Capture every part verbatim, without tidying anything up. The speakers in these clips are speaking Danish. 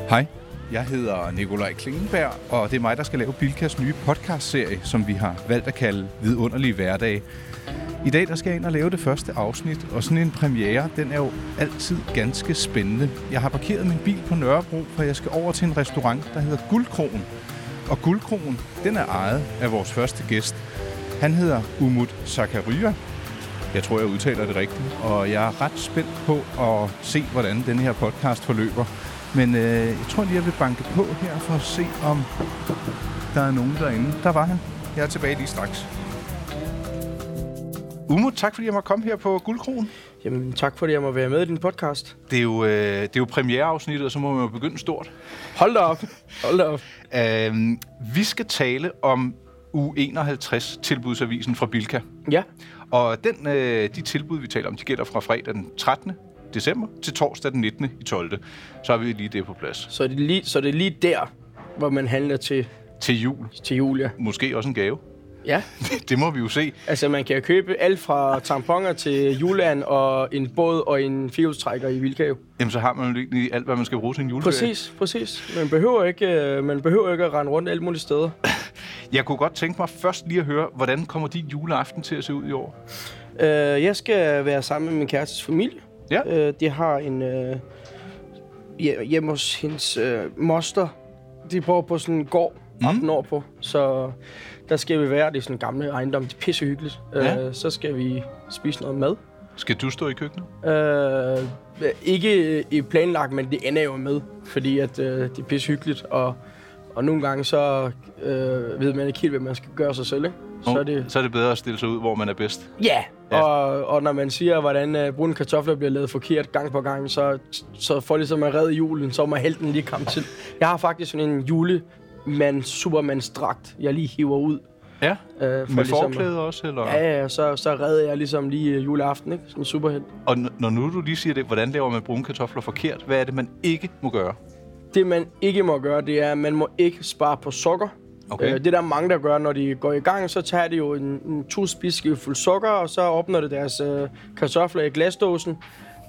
Hej, jeg hedder Nikolaj Klingenberg, og det er mig, der skal lave Bilkas nye podcastserie, som vi har valgt at kalde Vidunderlige Hverdage. I dag der skal jeg ind og lave det første afsnit, og sådan en premiere, den er jo altid ganske spændende. Jeg har parkeret min bil på Nørrebro, for jeg skal over til en restaurant, der hedder Guldkroen. Og Guldkroen, den er ejet af vores første gæst. Han hedder Umut Sakarya. Jeg tror, jeg udtaler det rigtigt, og jeg er ret spændt på at se, hvordan denne her podcast forløber. Men øh, jeg tror lige, jeg vil banke på her for at se, om der er nogen derinde. Der var han. Jeg er tilbage lige straks. Umut, tak fordi jeg må komme her på Guldkroen. Jamen, tak fordi jeg må være med i din podcast. Det er jo, øh, det er jo premiereafsnittet, og så må man jo begynde stort. Hold da op. Hold da op. Øhm, vi skal tale om uge enoghalvtreds, tilbudsavisen fra Bilka. Ja. Og den, øh, de tilbud, vi taler om, de gælder fra fredag den trettende december til torsdag den nittende i tolvte Så har vi lige det på plads. Så er det lige, så er det lige der, hvor man handler til... Til jul. Til jul, ja. Måske også en gave. Ja. Det må vi jo se. Altså, man kan købe alt fra tamponer til juleand og en båd og en firehjulstrækker i Bilka. Jamen, så har man jo lige alt, hvad man skal bruge til en juleferie. Præcis, præcis. Man behøver ikke, man behøver ikke at rende rundt alle mulige steder. Jeg kunne godt tænke mig først lige at høre, hvordan kommer din juleaften til at se ud i år? Uh, jeg skal være sammen med min kærestes familie. Ja. Uh, de har en... Uh, hjemme hos hendes uh, moster. De bor på sådan en gård op mm. nordpå. Så der skal vi være. Det er sådan en gamle ejendom. Det er pissehyggeligt. Ja. Uh, så skal vi spise noget mad. Skal du stå i køkkenet? Uh, ikke i planlagt, men det ender jo med. Fordi at, uh, det er pissehyggeligt. Og, og nogle gange så uh, ved man ikke helt, hvad man skal gøre sig selv. Ikke? Oh, så, er det, så er det bedre at stille sig ud, hvor man er bedst. Ja, ja. Og, og når man siger, hvordan uh, brune kartofler bliver lavet forkert gang på gang, så, så for ligesom at redde julen, så må helten lige komme til. Jeg har faktisk sådan en julemand supermandsdragt, jeg lige hiver ud. Ja, uh, for med ligesom, forklæde også, eller? Ja, ja, så, så redder jeg ligesom lige juleaften, ikke? Sådan en superhelt. Og n- når nu du lige siger det, hvordan laver man brune kartofler forkert? Hvad er det, man ikke må gøre? Det, man ikke må gøre, det er, at man må ikke spare på sukker. Okay. Øh, det der mange, der gør, når de går i gang, så tager de jo en, en to spidsskive fuld sukker, og så åbner det deres øh, kartofler i glasdåsen,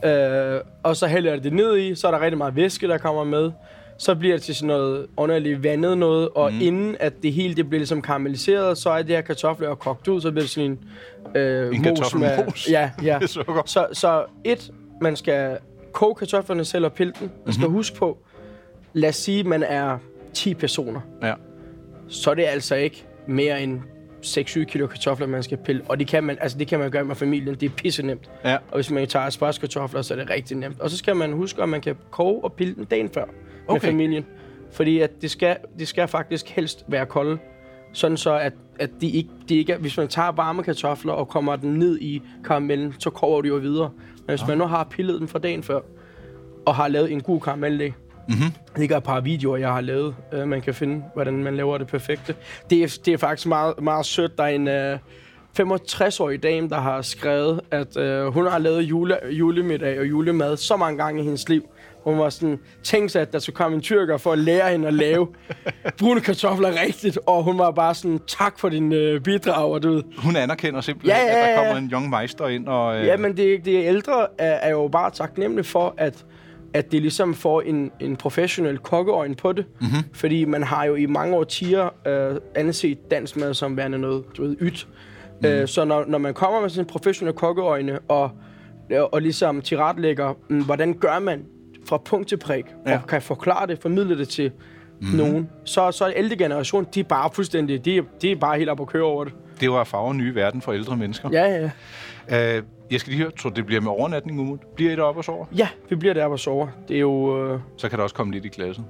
øh, og så hælder det det ned i, så er der rigtig meget væske, der kommer med. Så bliver det til sådan noget underligt vandet noget, og mm. inden at det hele det bliver ligesom karamelliseret, så er det her kartofler kogt ud, så bliver det sådan en, øh, en mos med... Ja, ja. så, så et, man skal koge kartoflerne selv og pille den. Man skal mm-hmm. huske på, lad os sige, man er ti personer. Ja. Så er det altså ikke mere end seks syv kilo kartofler, man skal pille. Og det kan man, altså det kan man gøre med familien. Det er pisse nemt. Ja. Og hvis man tager aspargeskartofler, så er det rigtig nemt. Og så skal man huske, at man kan koge og pille den dagen før okay. med familien. Fordi at det skal, det skal faktisk helst være kolde. Sådan så, at, at det ikke, det ikke er, hvis man tager varme kartofler og kommer den ned i karamellen, så koger de jo videre. Men hvis ja. man nu har pillet den fra dagen før, og har lavet en god karamel, Mm-hmm. Det ligger et par videoer, jeg har lavet. Uh, man kan finde, hvordan man laver det perfekte. Det er, det er faktisk meget, meget sødt. Der er en uh, femogtres-årig dame, der har skrevet, at uh, hun har lavet jule, julemiddag og julemad så mange gange i hendes liv. Hun var sådan, tænkt sig, at der skulle komme en tyrker for at lære hende at lave brune kartofler rigtigt. Og hun var bare sådan, tak for din uh, bidrag. Og du ved. Hun anerkender simpelthen, ja, ja, ja. at der kommer en young meister ind. Og, uh... Ja, men det, det ældre er, er jo bare taknemmelig for, at at det ligesom får en, en professionel kokkeøjne på det. Mm-hmm. Fordi man har jo i mange årtier øh, anset dansk mad som værende noget, du ved, ydt. Mm. Øh, så når, når man kommer med sådan en professionel kokkeøjne, og, og, og ligesom tilrettelægger, mm, hvordan gør man fra punkt til prik, ja. og kan forklare det, formidle det til mm. nogen, så, så er ældre generation, de er bare fuldstændig, de, de er bare helt op at køre over det. Det var farve nye verden for ældre mennesker. Ja, ja. Uh, jeg skal lige høre, tror det bliver med overnatning, Umut? Bliver I deroppe og sover? Ja, vi bliver deroppe og sover. Det er jo... Øh... Så kan der også komme lidt i glasset?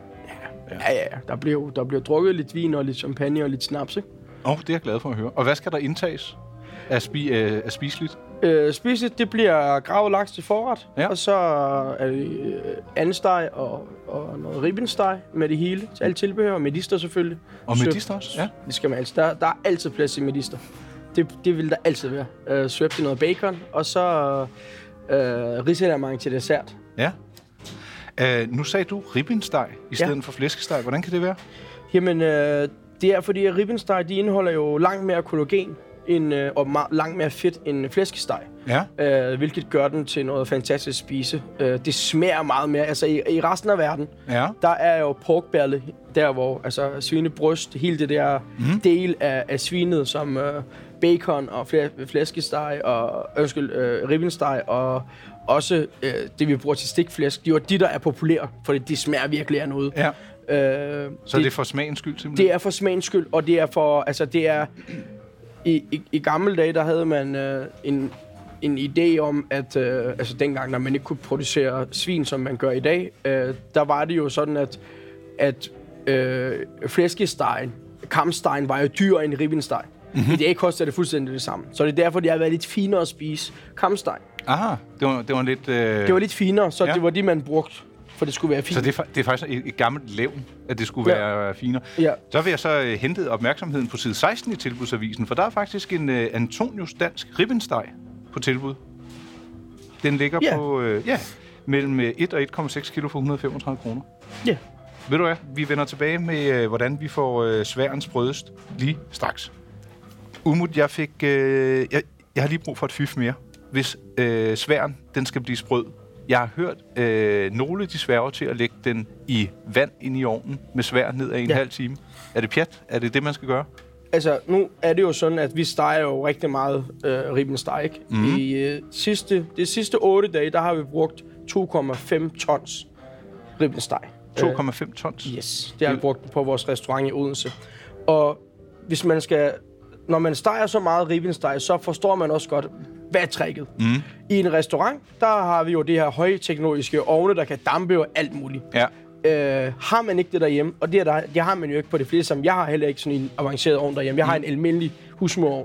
Ja, ja, ja. Der bliver jo der bliver drukket lidt vin og lidt champagne og lidt snaps, ikke? Åh, oh, det er jeg glad for at høre. Og hvad skal der indtages af, spi- øh, af spiseligt? Øh, spiseligt, det bliver gravet laks til forret, ja. og så er det øh, andesteg og, og noget ribbensteg med det hele. Så alt tilbehør, og medister selvfølgelig. Og medister også? Ja. Det skal man altid. Der, der er altid plads til medister. Det, det vil der altid være. Øh, svøbt i noget bacon, og så øh, ridsalermang til dessert. Ja. Uh, nu sagde du ribbensteg i stedet ja. for flæskesteg. Hvordan kan det være? Jamen, øh, det er fordi, at ribbensteg, de indeholder jo langt mere kollagen. en, øh, og meget, langt mere fedt end flæskesteg. Ja. Øh, hvilket gør den til noget fantastisk at spise. Øh, det smager meget mere. Altså i, i resten af verden, ja. der er jo porkballe, der hvor altså svinebryst, hele det der mm. del af, af svinet, som øh, bacon og flæ, flæskesteg og undskyld, øh, ribbensteg og også øh, det, vi bruger til stikflæsk. Det er jo de, der er populære, fordi de smager virkelig af noget. Ja. Øh, Så det, det er for smagens skyld, simpelthen? Det er for smagens skyld, og det er for, altså det er, i, i, i gamle dage, der havde man øh, en, en idé om, at øh, altså dengang, når man ikke kunne producere svin, som man gør i dag, øh, der var det jo sådan, at, at øh, flæskestegen, kamstegen, var jo dyrere end ribbensteg. Mm-hmm. I dag koster det fuldstændig det samme. Så det er derfor, det har været lidt finere at spise kamsteg. Aha, det var, det var lidt... Øh... Det var lidt finere, så ja. det var det, man brugte, for det skulle være fint. Så det er, det er faktisk et, et gammelt levn, at det skulle ja. være finere. Ja. Så vil jeg så øh, hente opmærksomheden på side seksten i tilbudsavisen, for der er faktisk en øh, Antonius dansk ribbensteg på tilbud. Den ligger ja. på øh, ja, mellem et og et komma seks kilo for et hundrede og femogtredive kroner. Ja. Ved du hvad? Vi vender tilbage med, øh, hvordan vi får øh, sværens brødest lige straks. Umut, jeg fik... Øh, jeg, jeg har lige brug for et fif mere. Hvis øh, sværen, den skal blive sprød. Jeg har hørt øh, nogle, de sværger til at lægge den i vand ind i ovnen med svær ned af en ja. halv time. Er det pjat? Er det det, man skal gøre? Altså, nu er det jo sådan, at vi steger jo rigtig meget øh, ribbensteg, ikke? Mm. I øh, sidste, de sidste otte dage, der har vi brugt to komma fem tons ribbensteg. to komma fem tons? Yes, det har vi brugt på vores restaurant i Odense. Og hvis man skal... Når man steger så meget ribbensteg, så forstår man også godt, hvad er tricket. Mm. I en restaurant, der har vi jo det her højteknologiske ovne, der kan dampe og alt muligt. Ja. Øh, har man ikke det derhjemme, og det, er der, det har man jo ikke på det fleste, som jeg har heller ikke sådan en avanceret ovn derhjemme. Jeg har en almindelig husmorovn.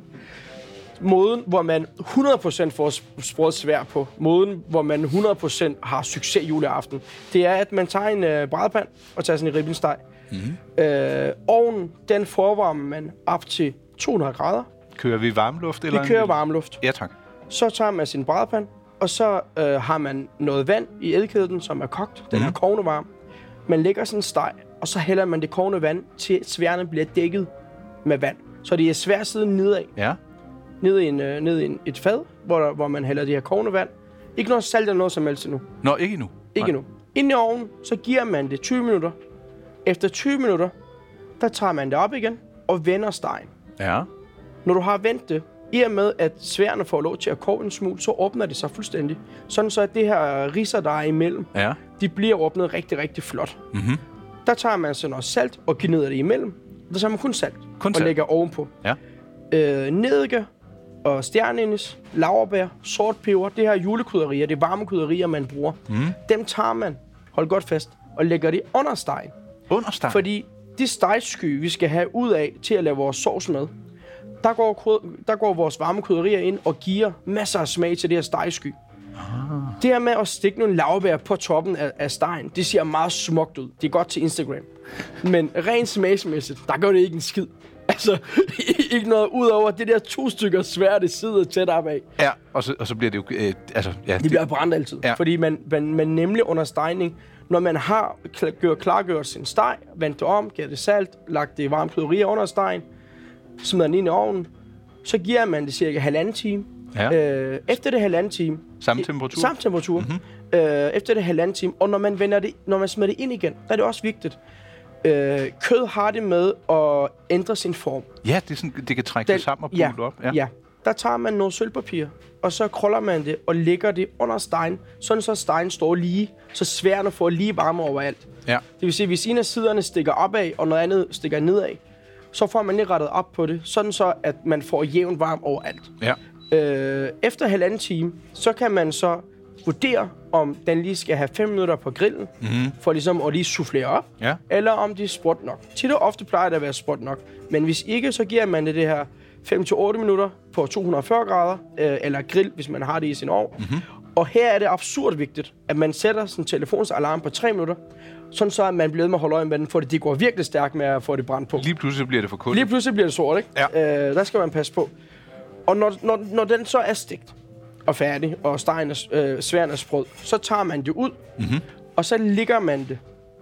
Måden, hvor man hundrede procent får sprødt svær på, måden, hvor man hundrede procent har succes juleaften, det er, at man tager en øh, brædepand og tager sådan en ribbensteg. Mm. Øh, ovnen, den forvarmer man op til to hundrede grader. Kører vi varmluft? Eller vi kører en... varmluft. Ja, tak. Så tager man sin brædepand, og så øh, har man noget vand i elkedlen, som er kogt. Den mm. er kogende varm. Man lægger sådan en steg, og så hælder man det kogende vand, til sværene bliver dækket med vand. Så det er sværsiden nedad. Ja. Ned i, en, øh, ned i en, et fad, hvor, der, hvor man hælder det her kogende vand. Ikke noget salt eller noget som helst endnu. Nå, ikke endnu? Ikke endnu. Inde i ovnen, så giver man det tyve minutter. Efter tyve minutter, der tager man det op igen og vender stegen. Ja. Når du har vendt det, i og med at sværene får lov til at koge en smule, så åbner det sig fuldstændig. Sådan så, at det her ridser, der er imellem, ja. de bliver åbnet rigtig, rigtig flot. Mm-hmm. Der tager man så noget salt og gnider det imellem. Der tager man kun salt kun og salt. lægger ovenpå. Ja. Øh, Nederke og stjernenis, laurbær, sort peber, det her julekrydderier, det er varme krydderier, man bruger. Mm. Dem tager man, hold godt fast, og lægger det under stegen. Under stegen? Fordi de stegsky, vi skal have ud af til at lave vores sovs med, der går, der går vores varme krydderier ind og giver masser af smag til det her stegsky. Ah. Det her med at stikke nogle laurbær på toppen af, af stegen, det ser meget smukt ud. Det er godt til Instagram. Men rent smagsmæssigt, der gør det ikke en skid. Altså, ikke noget ud over det der to stykker svær, det sidder tæt op af. Ja, og så, og så bliver det jo... Øh, altså, ja, det, det bliver brændt altid. Ja. Fordi man, man, man nemlig under stegning, når man har klar, klargjort sin steg, vendt det om, givet det salt, lagt det varme krydderier under stegen, smider den ind i ovnen, så giver man det cirka halvanden time. Ja. Øh, efter det halvanden time... Samme temperatur? Samme temperatur. Mm-hmm. Øh, efter det halvanden time. Og når man, vender det, når man smider det ind igen, der er det også vigtigt. Øh, kød har det med at ændre sin form. Ja, det, er sådan, det kan trække den, det sammen og pulle ja, op. Ja. ja, der tager man noget sølvpapir, og så krøller man det og lægger det under stegen, sådan så stegen står lige, så sværene får lige varme overalt. Ja. Det vil sige, at hvis en af siderne stikker opad, og noget andet stikker nedad, så får man lige rettet op på det, sådan så at man får jævn varme overalt. Ja. Øh, efter halvanden time, så kan man så vurdere, om den lige skal have fem minutter på grillen, mm-hmm. for ligesom at lige soufflere op, ja. eller om det er spot nok. Tit og ofte plejer det at være spot nok, men hvis ikke, så giver man det det her fem til otte minutter på to hundrede og fyrre grader, øh, eller grill, hvis man har det i sin ovn. Mm-hmm. Og her er det absurd vigtigt, at man sætter sådan en telefonsalarm på tre minutter, sådan så at man bliver med at holde øje med den, for det går virkelig stærkt med at få det brændt på. Lige pludselig bliver det for kuldt. Lige pludselig bliver det sort, ikke? Ja. Øh, der skal man passe på. Og når, når, når den så er stegt og færdig, og stegen er, øh, sværen er sprød, så tager man det ud, mm-hmm. og så ligger man det,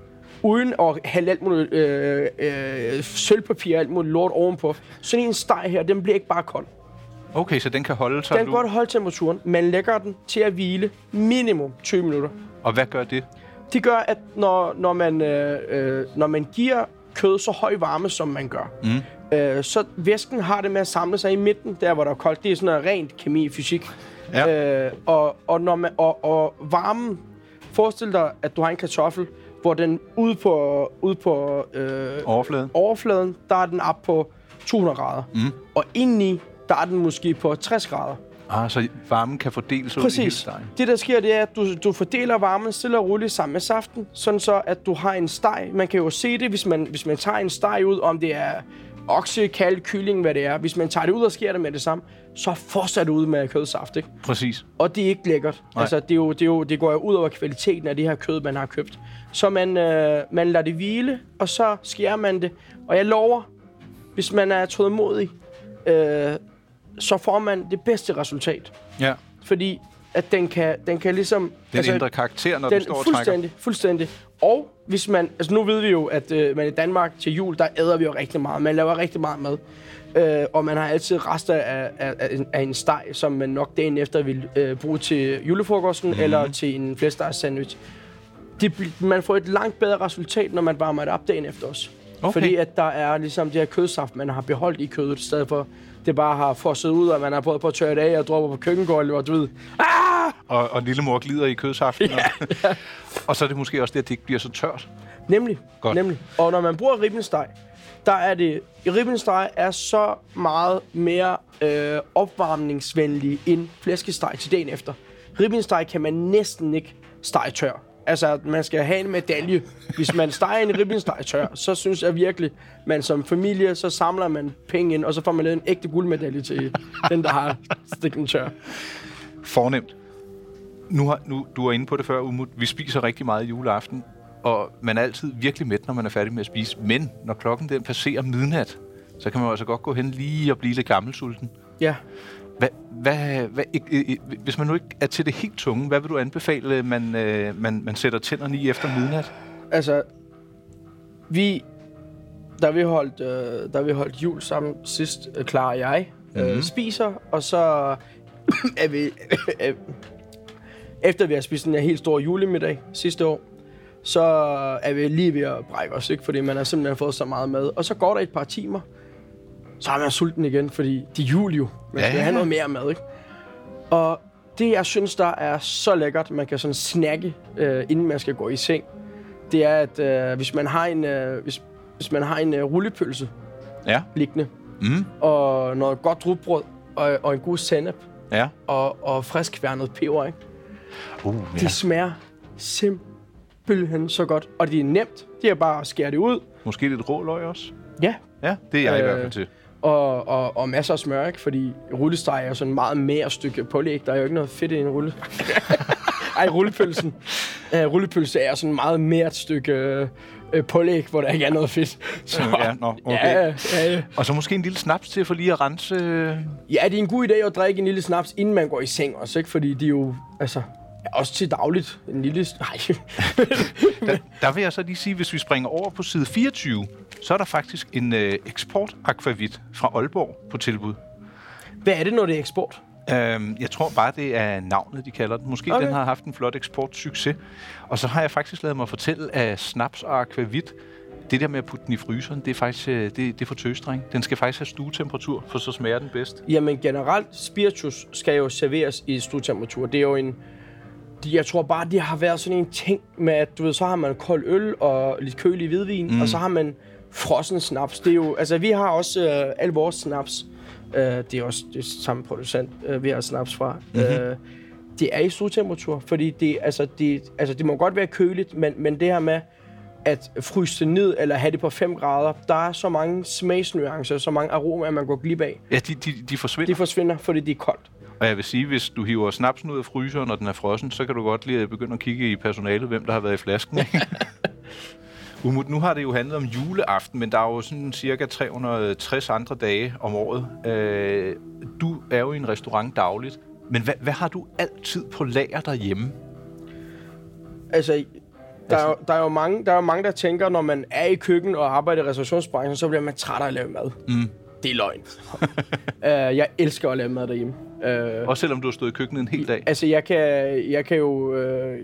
uden at hælde alt muligt øh, øh, sølvpapir og alt muligt lort ovenpå. Sådan en steg her, den bliver ikke bare kold. Okay, så den kan holde sig Den kan godt holde temperaturen. Man lægger den til at hvile minimum tyve minutter. Og hvad gør det? Det gør, at når, når, man, øh, øh, når man giver kød så høj varme, som man gør, mm. øh, så væsken har det med at samle sig i midten, der hvor der er koldt. Det er sådan noget rent kemi, fysik. Ja. Øh, og, og, når man, og, og varmen, forestil dig, at du har en kartoffel, hvor den ude på, ude på øh, overfladen. overfladen, der er den op på to hundrede grader. Mm. Og indeni, der er den måske på tres grader. Ah, så varmen kan fordeles ud i hele stegen. Det, der sker, det er, at du, du fordeler varmen stille og roligt sammen med saften, sådan så, at du har en steg. Man kan jo se det, hvis man, hvis man tager en steg ud, om det er okse, kalv, kylling, hvad det er. Hvis man tager det ud og skærer det med det samme, så fortsætter det ud med kødsaft, ikke? Præcis. Og det er ikke lækkert. Nej. Altså, det, er jo, det, er jo, det går jo ud over kvaliteten af det her kød, man har købt. Så man, øh, man lader det hvile, og så skærer man det. Og jeg lover, hvis man er tålmodig, øh, så får man det bedste resultat. Ja. Fordi at den kan, den kan ligesom... Den altså, ændrer karakter, når den, den står og trækker. Fuldstændig, fuldstændig. Og hvis man... Altså nu ved vi jo, at øh, man i Danmark til jul, der æder vi jo rigtig meget. Man laver rigtig meget mad. Øh, og man har altid rester af, af, af, en, af en steg, som man nok dagen efter vil øh, bruge til julefrokosten mm-hmm. eller til en flæskestegs sandwich. Det, man får et langt bedre resultat, når man varmer det op dagen efter os. Okay. Fordi at der er ligesom det her kødsaft, man har beholdt i kødet, i stedet for det bare har fosset ud, og man har prøvet på at tørre det af og dropper på køkkengulvet, og du ved... Ah! Og, og lillemor glider i kødsaften. Ja, ja. Og så er det måske også det, at det ikke bliver så tørt. Nemlig. Godt. Nemlig. Og når man bruger ribbensteg, der er det... Ribbensteg er så meget mere øh, opvarmningsvenlig end flæskesteg til dagen efter. Ribbensteg kan man næsten ikke stege tør. Altså, man skal have en medalje. Hvis man steger en ribbensteg tør, så synes jeg virkelig, man som familie, så samler man penge ind, og så får man lavet en ægte guldmedalje til den, der har stikket en tør. Fornemt. Nu, har, nu, du var inde på det før, Umut. Vi spiser rigtig meget juleaften, og man er altid virkelig mæt, når man er færdig med at spise. Men når klokken den passerer midnat, så kan man altså godt gå hen lige og blive lidt gammelsulten. Ja. Hvad, hvad, hvad, hvis man nu ikke er til det helt tunge, hvad vil du anbefale, man, øh, man, man sætter tænderne i efter midnat? Altså, vi, da vi holdt, øh, da vi holdt jul sammen sidst, øh, Clara og jeg, øh, mm-hmm. spiser, og så er vi, øh, efter vi har spist en helt stor julemiddag sidste år, så er vi lige ved at brække os, ikke? Fordi man har simpelthen fået så meget mad. Og så går der et par timer, så er man sulten igen, fordi det er jul jo. Man skal ja. have noget mere mad, ikke? Og det, jeg synes, der er så lækkert, man kan sådan snakke, øh, inden man skal gå i seng, det er, at øh, hvis man har en, øh, hvis, hvis man har en øh, rullepølse ja. liggende, mm. og noget godt rugbrød, og, og en god sennep, ja. og, og frisk kværnet peber, ikke? Uh, ja. Det smager simpelthen så godt, og det er nemt. Det er bare at skære det ud. Måske lidt rå løg også? Ja. Ja, det er jeg øh, i hvert fald til. Og, og, og masser af smør, ikke? Fordi rullesteg er sådan meget mere stykke pålæg. Der er jo ikke noget fedt i en rulle. Ej, rullepølsen. Uh, rullepølse er sådan meget mere et stykke uh, pålæg, hvor der ikke er noget fedt. Så, ja, no, okay. ja, ja, ja. Og så måske en lille snaps til for lige at rense... Ja, det er en god idé at drikke en lille snaps, inden man går i seng også, ikke? Fordi de er jo... Altså, også til dagligt. En lille... Nej. der, der vil jeg så lige sige, hvis vi springer over på side fireogtyve, så er der faktisk en øh, eksport-akvavit fra Aalborg på tilbud. Hvad er det, når det er eksport? Øhm, jeg tror bare, det er navnet, de kalder den. Måske okay. Den har haft en flot eksportsucces. Og så har jeg faktisk lavet mig fortælle, at snaps og akvavit, det der med at putte den i fryseren, det er faktisk det, det er for tøsdreng. Den skal faktisk have stuetemperatur, for så smager den bedst. Jamen generelt, spiritus skal jo serveres i stuetemperatur. Det er jo en... Jeg tror bare, det har været sådan en ting med, at du ved, så har man kold øl og lidt kølig hvidvin, mm. og så har man frossen snaps. Det er jo, altså vi har også øh, al vores snaps. Øh, det er også det samme producent, øh, vi har snaps fra. Mm-hmm. Øh, det er i stuetemperatur, fordi det, altså, det, altså, det må godt være køligt, men, men det her med at fryse det ned eller have det på fem grader, der er så mange smagsnuancer, så mange aromaer, man går glip af. Ja, de, de, de forsvinder. De forsvinder, fordi det er koldt. Og jeg vil sige, hvis du hiver snapsen ud af fryseren, når den er frossen, så kan du godt lige begynde at kigge i personalet, hvem der har været i flasken. Umut, nu har det jo handlet om juleaften, men der er jo sådan cirka tre hundrede og tres andre dage om året. Øh, du er jo i en restaurant dagligt, men hvad, hvad har du altid på lager derhjemme? Altså, der er, jo, der, er jo mange, der er jo mange, der tænker, når man er i køkken og arbejder i restaurationsbranchen, så bliver man træt af at lave mad. Mm. det er løgn. uh, jeg elsker at lave mad derhjemme. Uh, Også selvom du har stået i køkkenet en hel dag? Altså, jeg kan, jeg kan jo uh,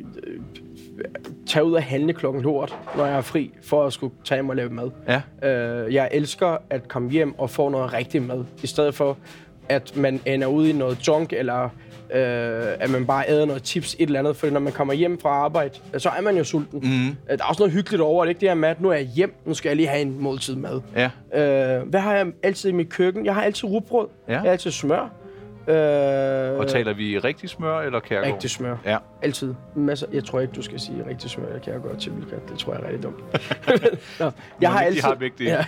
tage ud og handle klokken lort, når jeg er fri, for at skulle tage hjem og lave mad. Ja. Uh, jeg elsker at komme hjem og få noget rigtig mad, i stedet for, at man ender ude i noget junk, eller uh, at man bare æder noget chips, et eller andet. For når man kommer hjem fra arbejde, så er man jo sulten. Mm. Der er også noget hyggeligt over det, ikke det her med, at nu er jeg hjem, nu skal jeg lige have en måltid mad. Ja. Uh, hvad har jeg altid i mit køkken? Jeg har altid rugbrød, ja. Jeg har altid smør. Uh, og taler vi rigtig smør eller kærgård? Rigtig smør. Ja. Altid. Masser. Jeg tror ikke, du skal sige rigtig smør eller kærgård til Vilka. Det tror jeg er rigtig dumt. Nå, jeg har altid... De har begge det.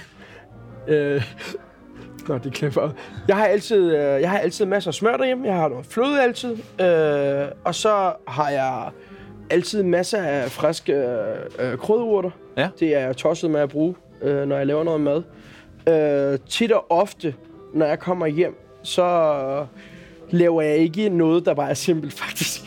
Ja. Uh, Nå, det er klipper. Jeg har altid, øh, jeg har altid masser af smør derhjemme. Jeg har noget fløde altid. Øh, og så har jeg altid masser af friske øh, krydderurter. Ja. Det er jeg tosset med at bruge, øh, når jeg laver noget mad. Øh, tit og ofte, når jeg kommer hjem, så laver jeg ikke noget, der bare er simpelt, faktisk.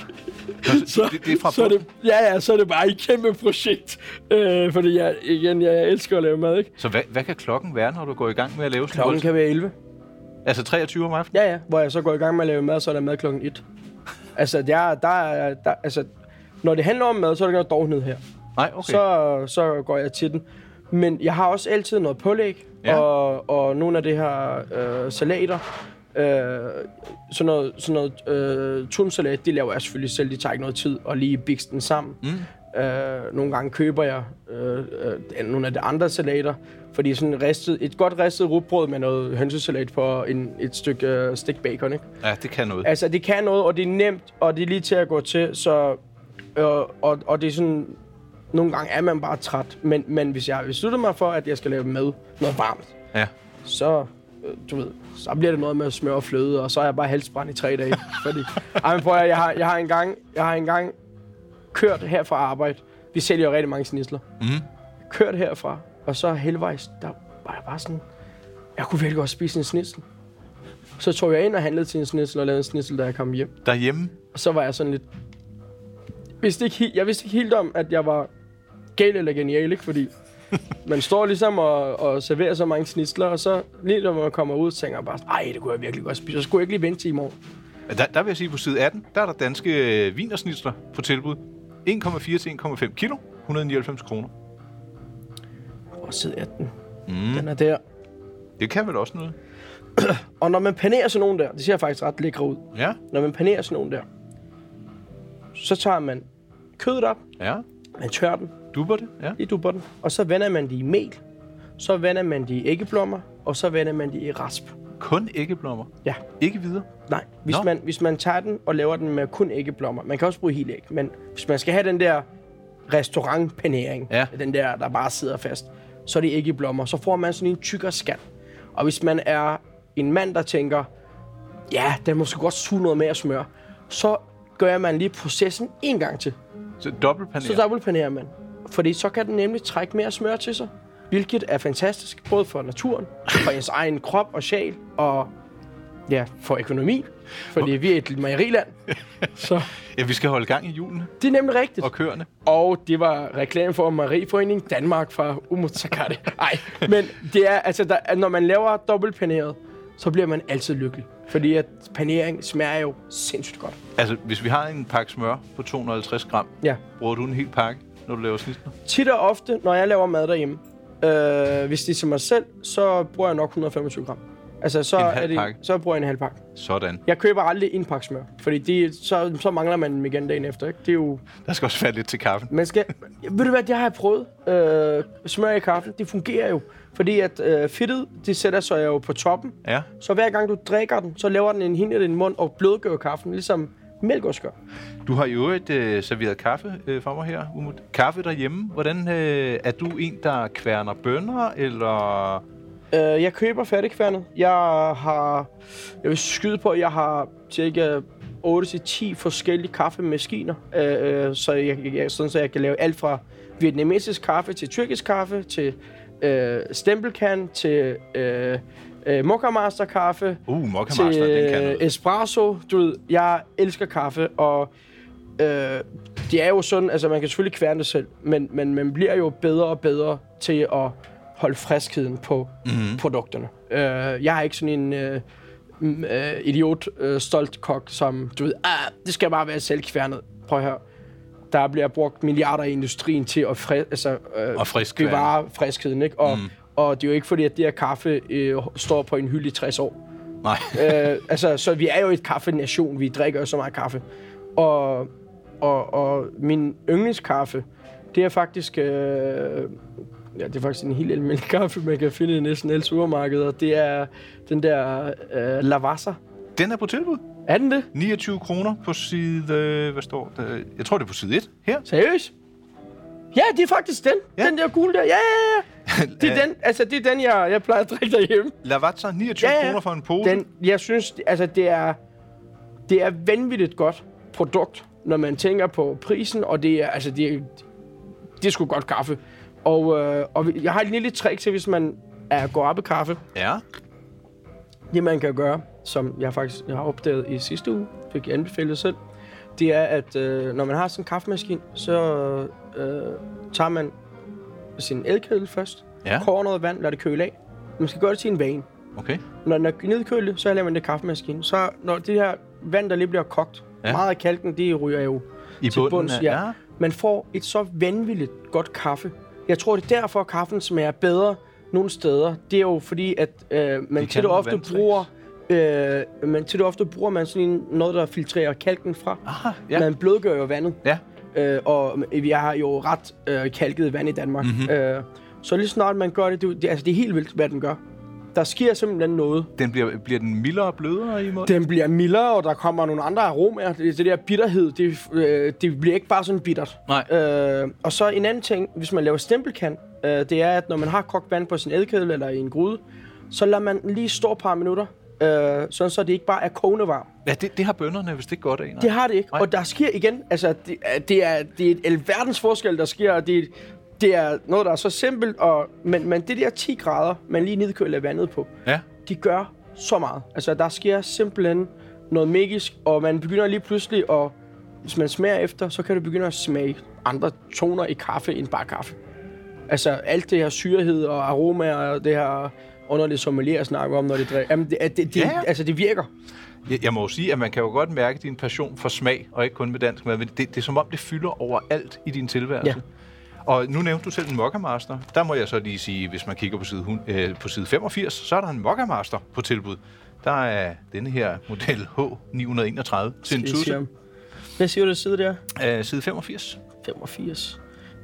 så, det, det er fra så, er det, ja, ja, så er det bare et kæmpe projekt. Øh, fordi jeg, igen, jeg elsker at lave mad, ikke? Så hvad, hvad kan klokken være, når du går i gang med at lave sådan noget? Klokken kan være elleve. Altså treogtyve om aftenen? Ja, ja. Hvor jeg så går i gang med at lave mad, så er der mad klokken et. altså, der, der, er, der, altså, når det handler om mad, så er der ikke noget dovenhed her. Nej, okay. Så, så går jeg til den. Men jeg har også altid noget pålæg, ja. og, og nogle af de her øh, salater. Øh, sådan noget, sådan noget øh, tunsalat, det laver jeg selvfølgelig selv. Det tager ikke noget tid at lige bikse den sammen. Mm. Øh, nogle gange køber jeg øh, øh, nogle af de andre salater, fordi sådan ristet, et godt ristet rugbrød med noget hønsesalat på en, et stykke øh, stegt bacon, ikke? Ja, det kan noget. Altså, det kan noget, og det er nemt, og det er lige til at gå til, så... Øh, og, og det er sådan... Nogle gange er man bare træt, men, men hvis jeg beslutter mig for, at jeg skal lave mad, noget varmt, ja. så... Du ved, så bliver det noget med smør og fløde, og så er jeg bare halsbrændt i tre dage. fordi, ej, men prøv at, jeg har, jeg har engang, jeg har engang kørt her fra arbejde. Vi sælger jo rigtig mange snitsler. Mm. Kørt herfra, og så helvejs, der var jeg bare sådan, jeg kunne virkelig godt spise en snitsel. Så tog jeg ind og handlede til en snitsel og lavede en snitsel, da jeg kom hjem. Derhjemme? Og så var jeg sådan lidt, vidste ikke, jeg vidste ikke helt om, at jeg var gal eller genial, ikke? Fordi man står ligesom og, og serverer så mange snitsler, og så lige når man kommer ud, tænker jeg bare, ej, det kunne jeg virkelig godt spise. Så skulle jeg ikke lige vente til i morgen. Der, der vil jeg sige, på side atten, der er der danske wienersnitsler på tilbud. en komma fire til en komma fem kilo, et hundrede og nioghalvfems kroner. Og side atten. Mm. Den er der. Det kan vel også noget. Og når man panerer sådan nogle der, det ser faktisk ret lækre ud. Ja. Når man panerer sådan nogle der, så tager man kødet op, ja. Man tør den. Dupper det? Ja. Det dupper den. Og så vender man det i mel. Så vender man det i æggeblommer. Og så vender man det i rasp. Kun æggeblommer? Ja. Ikke videre? Nej. Hvis man, hvis man tager den og laver den med kun æggeblommer. Man kan også bruge helt æg. Men hvis man skal have den der restaurantpanering. Ja. Den der, der bare sidder fast. Så er det æggeblommer. Så får man sådan en tykkere skat. Og hvis man er en mand, der tænker, ja, den måske godt suge noget mere smør. Så gør man lige processen en gang til. Så dobbeltpanerer? Så dobbeltpanerer man. Fordi så kan den nemlig trække mere smør til sig. Hvilket er fantastisk, både for naturen, for ens egen krop og sjæl, og ja, for økonomi. Fordi vi er et mejeriland. Så ja, vi skal holde gang i julene. Det er nemlig rigtigt. Og køerne. Og det var reklame for Mejeriforening Danmark fra Umutakate. Nej, men det er, altså, der, når man laver dobbeltpaneret, så bliver man altid lykkelig. Fordi at panering smager jo sindssygt godt. Altså, hvis vi har en pakke smør på to hundrede og halvtreds gram, ja. Bruger du en hel pakke, når du laver snitsler? Tit og ofte, når jeg laver mad derhjemme, øh, hvis det er til mig selv, så bruger jeg nok et hundrede og femogtyve gram. Altså, så, er det, så bruger jeg en halv pakke. Sådan. Jeg køber aldrig en pakke smør, fordi det, så, så mangler man dem igen dagen efter, ikke? Det er jo... Der skal også være lidt til kaffen. Man skal... Ved du hvad, det har jeg prøvet. Øh, smør i kaffen, det fungerer jo. Fordi at øh, fedtet, det sætter sig jo på toppen. Ja. Så hver gang du drikker den, så laver den en hinde i din mund og blødgør kaffen, ligesom mælk også gør. Du har jo et øh, serveret kaffe øh, for mig her, Umut. Kaffe derhjemme. Hvordan øh, er du en, der kværner bønner, eller... Øh, jeg køber færdigkværnet. Jeg har... Jeg vil skyde på, at jeg har cirka otte til ti forskellige kaffemaskiner. Øh, øh, så, jeg, jeg, sådan, så jeg kan lave alt fra vietnamesisk kaffe til tyrkisk kaffe, til øh, stempelkan, til øh, øh, Mocha Master kaffe. Uh, Mocha Master, den kan noget. Espresso. Du ved, jeg elsker kaffe, og øh, det er jo sådan, altså man kan selvfølgelig kværne det selv, men, men man bliver jo bedre og bedre til at holde friskheden på mm-hmm. produkterne. Øh, jeg er ikke sådan en øh, øh, idiot, øh, stolt kok, som, du ved, ah, det skal bare være selvkværnet. Prøv at høre. Der bliver brugt milliarder i industrien til at fri, altså, øh, og frisk bevare friskheden, ikke? Og, mm. og det er jo ikke fordi, at det her kaffe øh, står på en hylde i tres år. Nej. øh, altså, så vi er jo et kaffenation. Vi drikker jo så meget kaffe. Og, og, og min yndlingskaffe, det er faktisk... Øh, ja, det er faktisk en helt almindelig kaffe, man kan finde i næsten alle supermarkeder. Det er den der øh, Lavazza. Den er på tilbud. Er den det? niogtyve kroner på side... Hvad står der? Jeg tror, det er på side et. Her. Seriøst? Ja, det er faktisk den. Ja. Den der gule der. Ja, ja, ja. Det er den, altså, det er den, jeg, jeg plejer at drikke derhjemme. Lavazza, niogtyve ja, ja. kroner for en pose. Den, jeg synes, altså, det er, det er vanvittigt godt produkt, når man tænker på prisen, og det er, altså, det er, det er sgu godt kaffe. Og, øh, og jeg har et lille trick til, hvis man er går op i kaffe. Ja. Det, man kan gøre, som jeg faktisk jeg har opdaget i sidste uge, fik jeg anbefalet selv, det er, at øh, når man har sådan en kaffemaskine, så øh, tager man sin elkedel først, ja. koger noget vand, lader det køle af. Man skal gøre det til en vane. Okay. Når den er nedkølet, så lader man det i kaffemaskinen. Så når det her vand, der lige bliver kogt, ja. meget af kalken, det ryger jo I til bunds. Ja. Ja. Man får et så vanvittigt godt kaffe. Jeg tror, det er derfor, at kaffen smager bedre nogle steder. Det er jo fordi, at øh, man tit og ofte bruger... Øh, man tit og ofte bruger man sådan en, noget, der filtrerer kalken fra. Aha, ja. Man blødgør jo vandet. Ja. Øh, og vi har jo ret øh, kalket vand i Danmark. Mm-hmm. Øh, så lige snart man gør det, det, det, altså det er helt vildt, hvad den gør. Der sker simpelthen noget. Den bliver, bliver den mildere og blødere i munden? Den bliver mildere, og der kommer nogle andre aromaer. Det, det der bitterhed, det, øh, det bliver ikke bare sådan bittert. Nej. Øh, og så en anden ting, hvis man laver stempelkan, øh, det er, at når man har kogt vand på sin elkedel eller i en gryde, så lader man lige stå et par minutter, øh, sådan så det ikke bare er kogende varm. Ja, det, det har bønderne vist ikke godt af. Nej. Det har det ikke, nej. Og der sker igen, altså det, det, er, det er et alverdens forskel, der sker, og det, det er noget, der er så simpelt, og, men, men det der ti grader, man lige nedkøler vandet på, ja. de gør så meget. Altså der sker simpelthen noget magisk, og man begynder lige pludselig at, hvis man smager efter, så kan du begynde at smage andre toner i kaffe end bare kaffe. Altså alt det her syrehed og aromaer og det her underlige sommelier snakker om, når det drikker. Jamen, det, det, det, ja, ja. altså, det virker. Jeg, jeg må jo sige, at man kan jo godt mærke din passion for smag, og ikke kun med dansk mad. Det, det er som om, det fylder overalt i din tilværelse. Ja. Og nu nævnte du selv en Mokka Master. Der må jeg så lige sige, hvis man kigger på side, øh, på side femogfirs, så er der en Mokka Master på tilbud. Der er denne her model H ni hundrede enogtredive til en tusind. Hvad siger du, der side der? Uh, side femogfirs. femogfirs.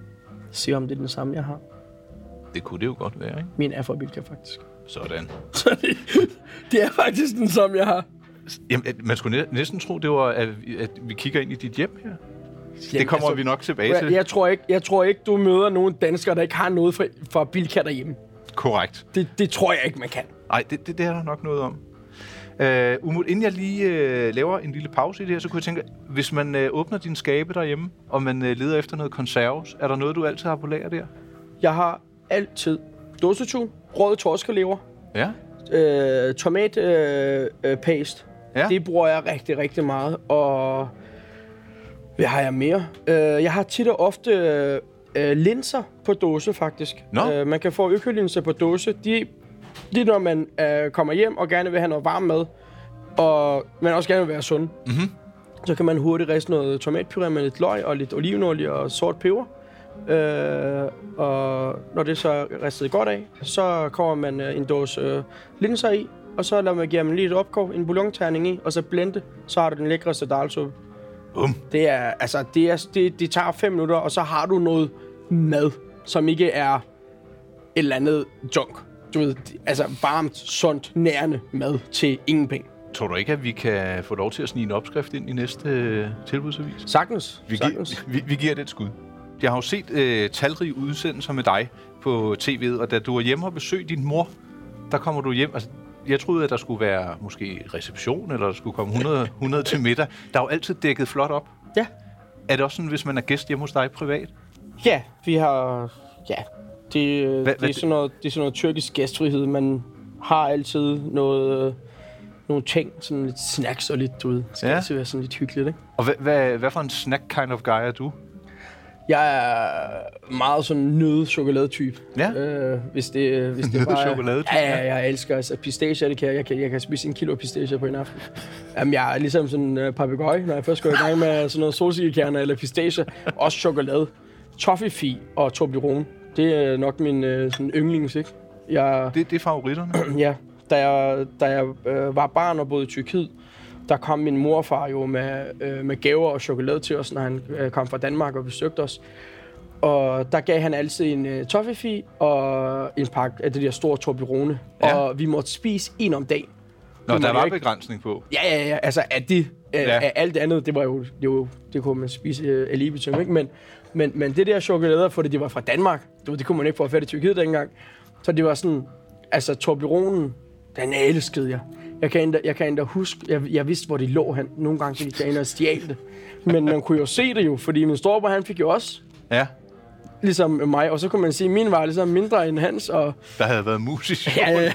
Se om det er den samme, jeg har. Det kunne det jo godt være, ikke? Min er fra Bilka, faktisk. Sådan. Så det, det er faktisk den samme, jeg har. Jamen, man skulle næsten tro, det var, at, at vi kigger ind i dit hjem her. Jamen, det kommer altså, vi nok tilbage jeg, til. Jeg tror, ikke, jeg tror ikke, du møder nogen danskere, der ikke har noget fra, fra Bilka derhjemme. Korrekt. Det, det tror jeg ikke, man kan. Nej, det, det, det er der nok noget om. Uh, Umut, inden jeg lige uh, laver en lille pause i det her, så kunne jeg tænke, hvis man uh, åbner din skabe derhjemme, og man uh, leder efter noget konserves, er der noget, du altid har på lager der? Jeg har altid dåsetun, røde torskelever, ja. øh, tomatpaste. Øh, paste. Ja. Det bruger jeg rigtig, rigtig meget. Og hvad har jeg mere? Øh, jeg har tit og ofte øh, linser på dåse, faktisk. No. Øh, man kan få økolinser på dåse. De, de når man øh, kommer hjem og gerne vil have noget varm mad, og man også gerne vil være sund, mm-hmm. så kan man hurtigt riste noget tomatpuré med lidt løg og lidt olivenolie og sort peber. Øh, og når det så er ristet godt af, så kommer man øh, en dåse øh, linser i, og så lader man, giver man lige et opkog, en bouillonterning i, og så blende, så har du den lækreste dalsuppe. Um. Det er, altså, det, er, det, det tager fem minutter, og så har du noget mad, som ikke er et eller andet junk. Du ved, altså varmt, sundt, nærende mad til ingen penge. Tror du ikke, at vi kan få lov til at snige en opskrift ind i næste øh, tilbudsavis? Sagtens. Vi, Sagtens. Vi, vi giver det et skud. Jeg har jo set øh, talrige udsendelser med dig på T V'et, og da du var hjemme og besøgte din mor, der kommer du hjem. Altså, jeg troede, at der skulle være måske reception, eller der skulle komme hundrede, hundrede til middag. Der er jo altid dækket flot op. Ja. Er det også sådan, hvis man er gæst hjemme hos dig privat? Ja, vi har... Ja, det, hva, det, hva, er, sådan noget, det er sådan noget tyrkisk gæstfrihed. Man har altid noget... nogle ting, sådan lidt snacks og lidt, du ved. Det skal ja. altid være sådan lidt hyggeligt, ikke? Og hvad, hvad, hvad for en snack kind of guy er du? Jeg er meget sådan nøde chokoladetype. Ja. Øh, hvis det hvis det bare chokoladetype. Ja, ja, jeg elsker altså pistacher, det kan jeg. Jeg kan, jeg kan spise en kilo pistacher på en aften. Jamen, jeg er ligesom sådan en uh, papegøje, når jeg først går i gang med sådan noget solsikkekerner eller pistacher. Også chokolade. Toffifee og Toblerone. Det er nok min uh, sådan yndlings, ikke? Jeg, det, det er favoritterne? Ja. Da jeg, da jeg øh, var barn og boede i Tyrkiet, der kom min morfar jo med, øh, med gaver og chokolade til os, når han øh, kom fra Danmark og besøgte os. Og der gav han altid en øh, toffifee og en pakke af det der store Toblerone. Ja. Og vi måtte spise en om dagen. Nå, der var ikke begrænsning på. Ja, ja, ja. Altså, at de, øh, ja. Af alt andet, det var jo, det, var, det kunne man spise øh, af libitum, ikke? Men, men, men det der chokolade, fordi det var fra Danmark, det, det kunne man ikke få fat i Tyrkiet dengang. Så det var sådan, altså Tobleronen, den elskede jeg. Jeg kan endda, jeg kan endda huske, jeg, jeg vidste, hvor de lå hen. Nogle gange så gik jeg ind og stjal det. Men man kunne jo se det jo, fordi min storebror, han fik jo også. Ja. Ligesom mig. Og så kunne man sige, at min var ligesom mindre end hans. Og der havde været musisk. Ja, ja,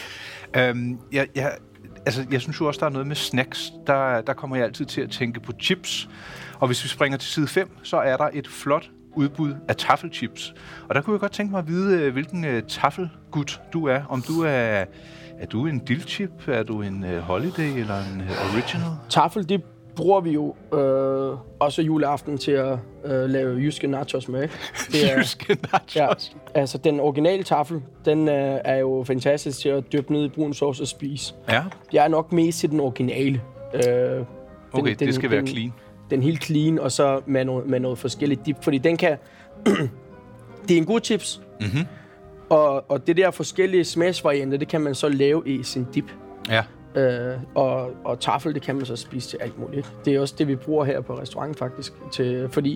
ja. øhm, jeg, jeg, altså, jeg synes jo også, der er noget med snacks. Der, der kommer jeg altid til at tænke på chips. Og hvis vi springer til side fem, så er der et flot udbud af taffelchips. Og der kunne jeg godt tænke mig at vide, hvilken uh, taffelgut du er. Om du er... Er du en dildchip? Er du en uh, holiday eller en uh, original? Taffel, det bruger vi jo øh, også juleaften til at øh, lave jyske nachos med. Det er, jyske nachos? Ja, altså den originale taffel, den øh, er jo fantastisk til at dyppe ned i brun sauce og spise. Ja. Jeg er nok mest til den originale. Øh, den, okay, den, det skal den, være clean. Den helt clean, og så med noget, med noget forskelligt dip, fordi den kan... det er en god chips. Mhm. Og, og det der forskellige smagsvarianter, det kan man så lave i sin dip. Ja. Øh, og, og taffel, det kan man så spise til alt muligt. Det er også det, vi bruger her på restauranten faktisk. Til, fordi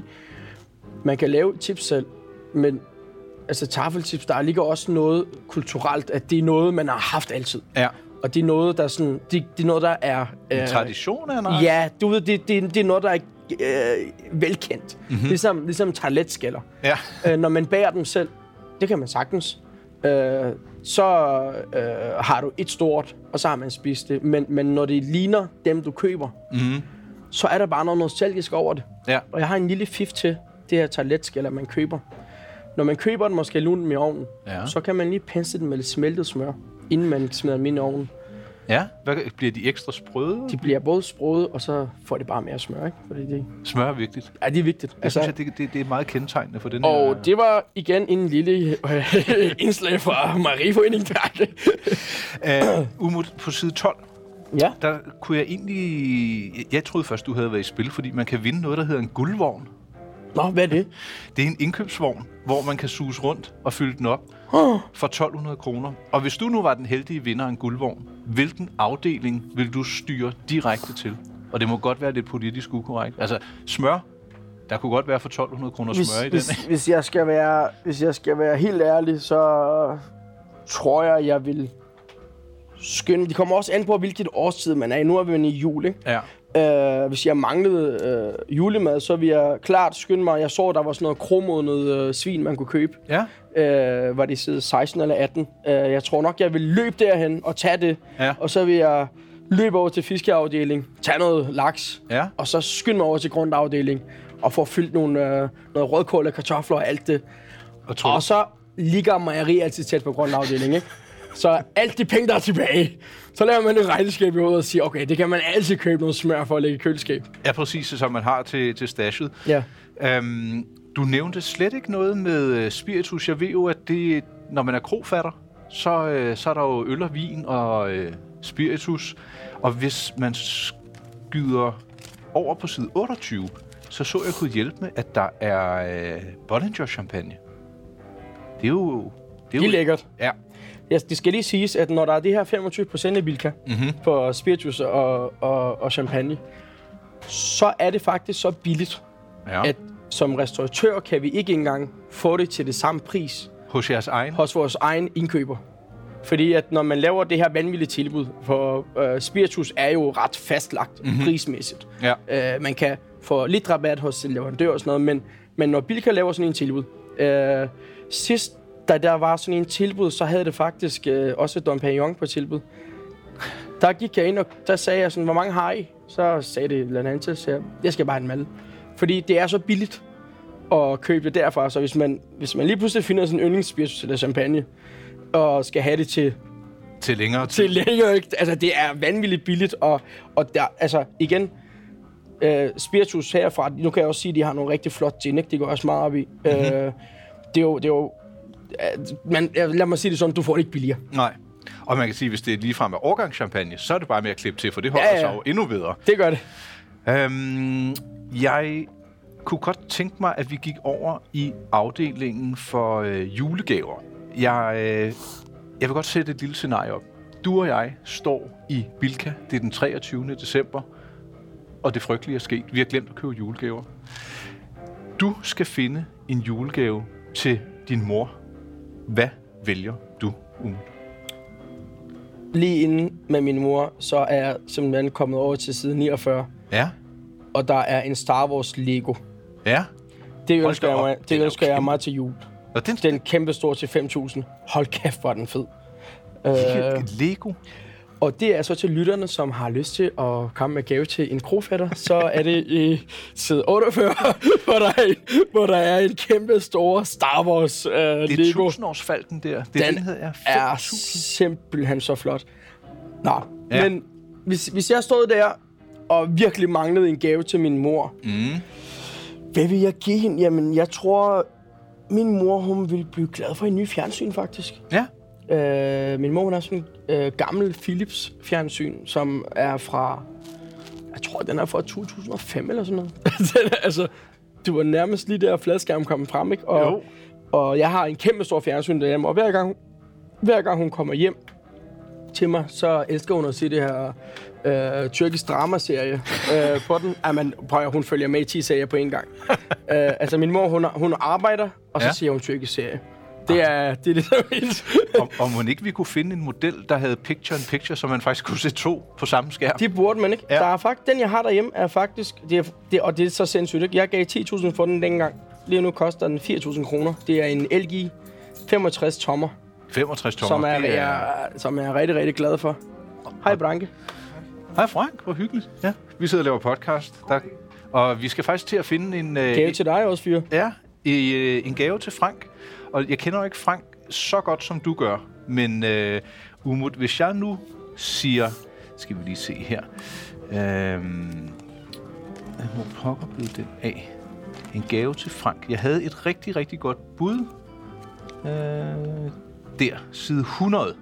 man kan lave chips selv, men altså taffelchips, der ligger også noget kulturelt, at det er noget, man har haft altid. Ja. Og det er noget, der, sådan, det, det er noget, der er... En øh, tradition af noget? Ja, du ved, det, det, det er noget, der er øh, velkendt. Mm-hmm. Ligesom, ligesom tarteletskaller. Ja. Øh, når man bager dem selv, det kan man sagtens. Øh, så øh, har du et stort, og så har man spist det. Men, men når det ligner dem, du køber, mm-hmm. så er der bare noget nostalgisk over det. Ja. Og jeg har en lille fif til det her tarteletskaller, man køber. Når man køber den, måske lunen i ovnen, ja. Så kan man lige pensle den med lidt smeltet smør, inden man smider dem ind i ovnen. Ja, hvad, bliver de ekstra sprøde? De bliver både sprøde, og så får de bare mere smør, ikke? Fordi det... Smør er vigtigt. Ja, det er vigtigt. Det altså, synes jeg, det, det, det er meget kendetegnende for den og her... det var igen en lille indslag fra Marieforeningen. uh, Umut, på side tolv, ja. Der kunne jeg egentlig... Jeg troede først, du havde været i spil, fordi man kan vinde noget, der hedder en guldvogn. Nå, hvad er det? Det er en indkøbsvogn, hvor man kan suse rundt og fylde den op for tolv hundrede kroner. Og hvis du nu var den heldige vinder af en guldvogn, hvilken afdeling vil du styre direkte til? Og det må godt være lidt politisk ukorrekt. Altså, smør, der kunne godt være for tolv hundrede kroner smør i den. Hvis, hvis, jeg skal være, hvis jeg skal være helt ærlig, så tror jeg, jeg vil skynde. Det kommer også an på, hvilket årstid man er i. Nu er vi i jul, ikke? Ja. Uh, hvis jeg manglede uh, julemad, så ville jeg klart skynde mig. Jeg så, der var sådan noget kromodnet uh, svin, man kunne købe. Ja. Uh, var det side seksten eller atten. Uh, jeg tror nok, jeg vil løbe derhen og tage det. Ja. Og så vil jeg løbe over til fiskeafdeling, tage noget laks, ja. Og så skynde mig over til grundafdeling og få fyldt nogle, uh, noget rødkål og kartofler og alt det. Og, og så ligger mejeri altid tæt på grundafdeling, ikke? Så alt de penge, der er tilbage, så laver man et regnskab i hovedet og siger, okay, det kan man altid købe noget smør for at lægge i køleskab. Ja, præcis, som man har til, til stashet. Ja. Øhm, du nævnte slet ikke noget med spiritus. Jeg ved jo, at det, når man er krofatter, så, øh, så er der jo øl og vin og øh, spiritus. Og hvis man skyder over på side otteogtyve, så så jeg kunne hjælpe med, at der er øh, Bollinger champagne. Det er jo... Det er, det er jo lækkert. Ja. Ja, det skal lige siges, at når der er det her femogtyve procent af Bilka mm-hmm. på spiritus og, og, og champagne, så er det faktisk så billigt, ja. At som restauratør kan vi ikke engang få det til det samme pris. Hos jeres egen? Hos vores egen indkøber. Fordi at når man laver det her vanvittige tilbud, for øh, spiritus er jo ret fastlagt mm-hmm. prismæssigt. Ja. Øh, man kan få lidt rabat hos leverandør og sådan noget, men, men når Bilka laver sådan en tilbud, øh, sidst da der var sådan en tilbud, så havde det faktisk øh, også Dom Perignon på tilbud. Der gik jeg ind, og der sagde jeg sådan, hvor mange har I? Så sagde det blandt andet til, så jeg, jeg skal bare have en malle. Fordi det er så billigt. og købe det derfra. Så hvis man, hvis man lige pludselig finder sådan en yndlingsspiritus eller champagne, og skal have det til... Til længere tid. Til længere, altså det er vanvittigt billigt, og, og der, altså igen, øh, spiritus herfra, nu kan jeg også sige, at de har nogle rigtig flot gin, ikke? Det går også meget op i. Mm-hmm. Øh, det er jo, det er jo, man, lad mig sige det sådan, du får det ikke billigere. Nej. Og man kan sige, at hvis det er ligefrem af årgangschampagne, så er det bare med at klippe til, for det holder ja, ja. sig jo endnu bedre. Det gør det. Øhm, jeg kunne godt tænke mig, at vi gik over i afdelingen for øh, julegaver. Jeg, øh, jeg vil godt sætte et lille scenarie op. Du og jeg står i Bilka. Det er den treogtyvende december, og det frygtelige er sket. Vi har glemt at købe julegaver. Du skal finde en julegave til din mor. Hvad vælger du, Umut? Lige inden med min mor, så er jeg simpelthen kommet over til side niogfyrre. Ja. Og der er en Star Wars Lego. Ja. Det ønsker jeg mig, det ønsker jeg mig til jul. Og den... den er kæmpe stor til fem tusind. Hold kæft, hvor er den fed. Uh, Lego? Og det er så til lytterne, som har lyst til at komme med gave til en krofatter. Så er det i side otteogfyrre, hvor der er en, hvor der er en kæmpe store Star Wars uh, Lego. Det er tusindårsfalken der. Det den den er, er simpelthen så flot. Nå, ja. Men hvis, hvis jeg stod der og virkelig manglede en gave til min mor, mm. hvad vil jeg give hende? Jamen, jeg tror, min mor, hun ville blive glad for en ny fjernsyn, faktisk. Ja. Øh, min mor, hun har sådan en øh, gammel Philips fjernsyn, som er fra, jeg tror, den er fra to tusind og fem eller sådan noget. Altså, det var nærmest lige der, fladskærmen kom frem, ikke? Og, og jeg har en kæmpe stor fjernsyn derhjemme, og hver gang, hver gang hun kommer hjem til mig, så elsker hun at se det her øh, tyrkisk dramaserie øh, på den. Ej, man, prøv, hun følger med i ti serier på en gang. øh, altså, min mor, hun, hun arbejder, og så ja. ser hun tyrkisk serie. Det er det, er det der er og, og må ikke vi kunne finde en model, der havde picture-in-picture, så man faktisk kunne se to på samme skærm? Det burde man ikke. Ja. Der er faktisk, den, jeg har derhjemme, er faktisk... Det er, det, og det er så sindssygt, ikke? Jeg gav ti tusind for den dengang. Lige nu koster den fire tusind kroner. Det er en L G femogtres tommer. femogtres tommer? Som er, er... Jeg, som jeg er rigtig, rigtig glad for. Hej, Branke. Hej, Frank. Hvor hyggeligt. Ja. Vi sidder og laver podcast. Der, og vi skal faktisk til at finde en... Gave øh, til dig også, fyr. Ja, øh, en gave til Frank. Og jeg kender jo ikke Frank så godt, som du gør. Men øh, Umut, hvis jeg nu siger... Skal vi lige se her. Øhm, hvor pokker blev den af? En gave til Frank. Jeg havde et rigtig, rigtig godt bud. Øh, der, side hundrede.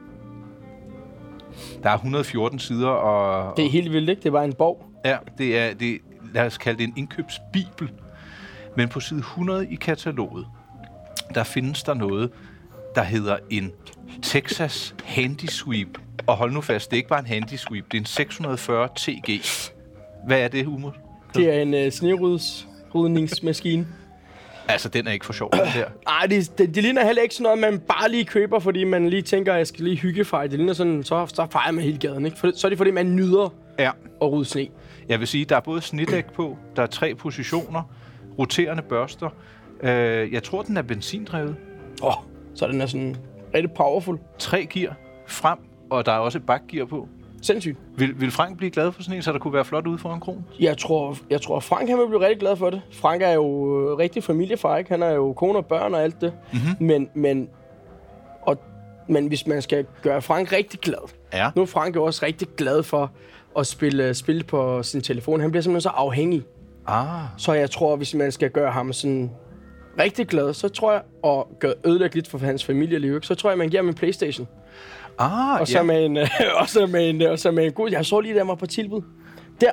Der er et hundrede og fjorten sider, og... Det er helt vildt, ikke? Det var en bog. Ja, det er... Det, lad os kalde det en indkøbsbibel. Men på side hundrede i kataloget, der findes der noget, der hedder en Texas Handy Sweep. Og hold nu fast, det er ikke bare en Handy Sweep, det er en seks hundrede og fyrre T G. Hvad er det, Umut? Det er en uh, snerydningsmaskine. Altså, den er ikke for sjov, den der. Nej, det, det, det ligner heller ikke sådan noget, man bare lige køber, fordi man lige tænker, at jeg skal lige hyggefejre. Det ligner sådan, så, så fejrer man hele gaden, ikke? For, så er det, fordi man nyder ja. at rydde sne. Jeg vil sige, der er både snedæk på, der er tre positioner, roterende børster. Uh, jeg tror, den er benzindrevet. Åh, oh, så den er sådan rigtig powerful. Tre gear frem, og der er også et bakgear på. Sindssygt. Vil, vil Frank blive glad for sådan en, så der kunne være flot ude foran kronen? Jeg tror, jeg tror Frank han vil blive rigtig glad for det. Frank er jo rigtig familiefar, ikke? Han er jo kone og børn og alt det. Mm-hmm. Men, men, og, men hvis man skal gøre Frank rigtig glad. Ja. Nu er Frank jo også rigtig glad for at spille, spille på sin telefon. Han bliver simpelthen så afhængig. Ah. Så jeg tror, hvis man skal gøre ham sådan rigtig glad, så tror jeg, og gøre ødelægge lidt for hans familieliv, ikke? Så tror jeg, man giver ham en PlayStation. Ah, og så ja. med en og så med en og så med en god. Jeg så lige der var på tilbud. Der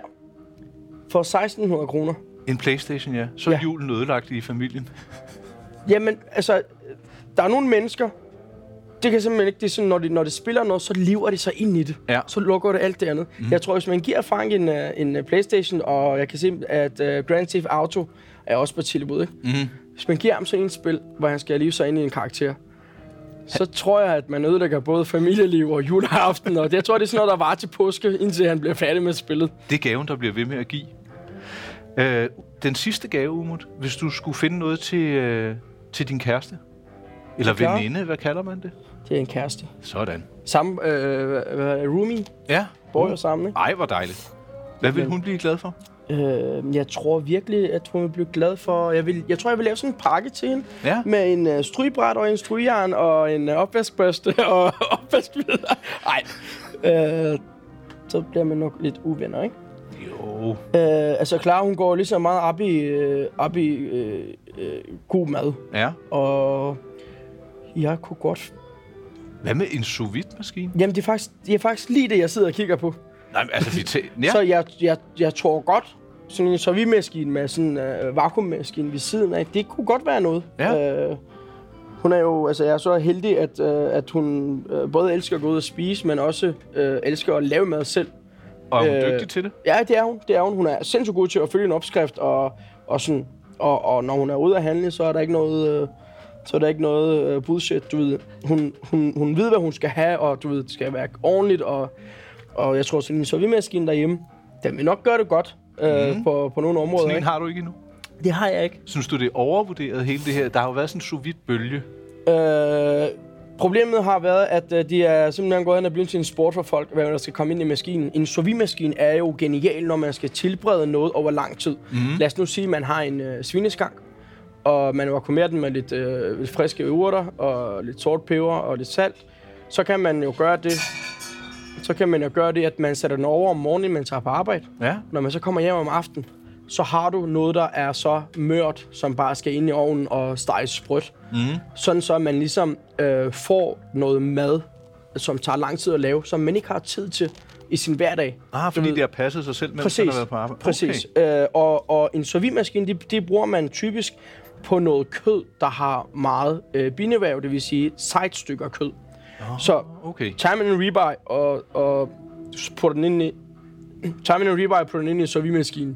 for seksten hundrede kroner. En PlayStation, ja. Så er ja. julen ødelagt i familien. Jamen, altså der er nogle mennesker. Det kan simpelthen ikke det er sådan, når de når de spiller noget, så lever de sig ind i det. Ja. Så lukker det alt det andet. Mm. Jeg tror, hvis man giver Frank en en PlayStation, og jeg kan se at uh, Grand Theft Auto er også på tilbud, ikke? Mm. Hvis man giver ham sådan en spil, hvor han skal leve sig ind i en karakter, så tror jeg, at man ødelægger både familieliv og juleaften, og det, jeg tror, det er sådan noget, der varer til påske, indtil han bliver færdig med spillet. Det er gaven, der bliver ved med at give. Øh, den sidste gave, Umut, hvis du skulle finde noget til, øh, til din kæreste, eller veninde, hvad kalder man det? Det er en kæreste. Sådan. Samme, øh, roomie? Ja. Bor jo sammen, ikke? Ej, hvor dejligt. Hvad vil hun blive glad for? Øh, jeg tror virkelig, at hun vil blive glad for... Jeg, vil, jeg tror, jeg vil lave sådan en pakke til hende. Ja. Med en uh, strygebræt og en strygjern og en uh, opvaskbørste og opvaskvidder. Nej. Øh, så bliver man nok lidt uvenner, ikke? Jo. Øh, altså, Clara, hun går ligesom meget op i, øh, op i øh, øh, god mad. Ja. Og jeg kunne godt... Hvad med en sous vide-maskine? Jamen, det er, faktisk, det er faktisk lige det, jeg sidder og kigger på. Nej, men altså, de tæ- ja. Så jeg, jeg, jeg tror godt, sådan en sous vide-maskine med sådan en øh, vakuummaskine ved siden af, det kunne godt være noget. Ja. Øh, hun er jo, altså jeg er så heldig, at, øh, at hun øh, både elsker at gå ud og spise, men også øh, elsker at lave mad selv. Og er hun øh, dygtig til det? Ja, det er hun. Det er hun. Hun er sindssygt god til at følge en opskrift, og, og, sådan, og, og når hun er ude at handle, så er der ikke noget... Øh, så er der ikke noget uh, bullshit, du ved. Hun, hun, hun ved, hvad hun skal have, og du ved, det skal være ordentligt, og, og jeg tror, sådan en sous vide-maskine derhjemme, den vil nok gøre det godt uh, mm. på, på nogle områder. Sådan en har du ikke endnu? Det har jeg ikke. Synes du, det er overvurderet, hele det her? Der har jo været sådan en sous vide-bølge. Uh, problemet har været, at uh, de er simpelthen gået hen og blevet til en sport for folk, hvad der skal komme ind i maskinen. En sous vide-maskine er jo genial, når man skal tilberede noget over lang tid. Mm. Lad os nu sige, at man har en uh, svineskank, og man vakuumerer den med lidt, øh, lidt friske urter og lidt sort peber og lidt salt, så kan man jo gøre det, så kan man jo gøre det, at man sætter den over om morgenen, man tager på arbejde. Ja. Når man så kommer hjem om aftenen, så har du noget, der er så mørt, som bare skal ind i ovnen og steges sprødt. Mm. Sådan så man ligesom øh, får noget mad, som tager lang tid at lave, som man ikke har tid til i sin hverdag. Ah, fordi de har passet sig selv, mens man har været på arbejde. Præcis. Okay. Øh, og, og en sous vide-maskine, det de bruger man typisk på noget kød, der har meget øh, bindevæv, det vil sige sidestykker kød. Oh, så okay. tager man en ribeye og, og putter den ind i, tager man en ribeye og putter den ind i en sous vide-maskine.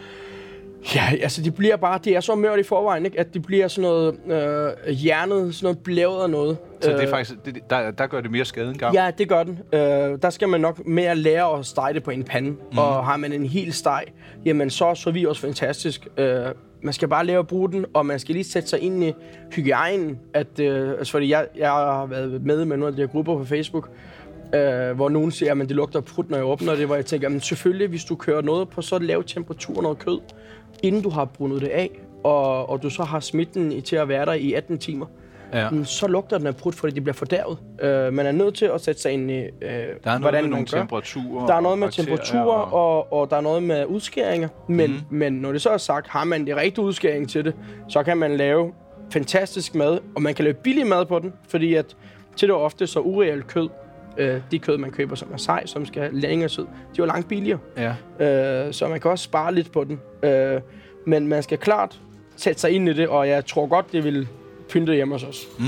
Ja, altså det bliver bare, det er så mørt i forvejen, ikke? At det bliver sådan noget øh, hjernet, sådan noget blævet og noget. Så det er faktisk, det, der, der gør det mere skade end gavn? Ja, det gør den. Øh, der skal man nok mere lære at stege det på en pande. Mm. Og har man en hel steg, jamen så er sous vide også fantastisk. Øh, man skal bare lære at bruge den, og man skal lige sætte sig ind i hygiejnen. At, øh, altså fordi jeg, jeg har været med med nogle af de her grupper på Facebook, øh, hvor nogen siger, at det lugter prut, når jeg åbner det, hvor jeg tænker, jamen selvfølgelig, hvis du kører noget på så lav temperatur, noget kød, inden du har brundet det af, og, og du så har smitten til at være der i atten timer, ja. Så lugter den af prut, fordi det bliver fordærvet. Øh, man er nødt til at sætte sig ind i, øh, der er hvordan med man gør. Temperaturer der er noget med temperaturer, og... Og, og der er noget med udskæringer. Men, mm. men når det så er sagt, har man det rigtige udskæring til det, så kan man lave fantastisk mad, og man kan lave billig mad på den, fordi at til det ofte så ureelt kød, øh, de kød, man køber, som er sej, som skal længere tid, de er jo langt billigere. Ja. Øh, så man kan også spare lidt på den. Øh, men man skal klart sætte sig ind i det, og jeg tror godt, det vil pynte hjemme hos os. Mm.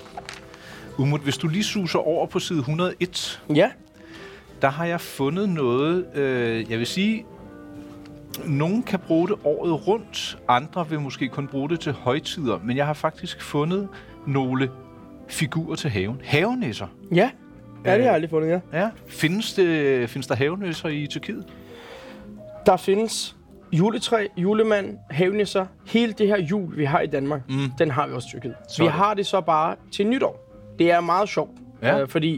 Umut, hvis du lige suser over på side et hundrede og et, ja. Der har jeg fundet noget, øh, jeg vil sige, nogen kan bruge det året rundt, andre vil måske kun bruge det til højtider, men jeg har faktisk fundet nogle figurer til haven. Havenisser. Ja, ja det har jeg aldrig fundet, ja. ja. Findes, det, findes der havenisser i Tyrkiet? Der findes juletræ, julemand, havenisser. Hele det her jul, vi har i Danmark, mm. den har vi også i Tyrkiet. Vi har det så bare til nytår. Det er meget sjovt, ja. øh, fordi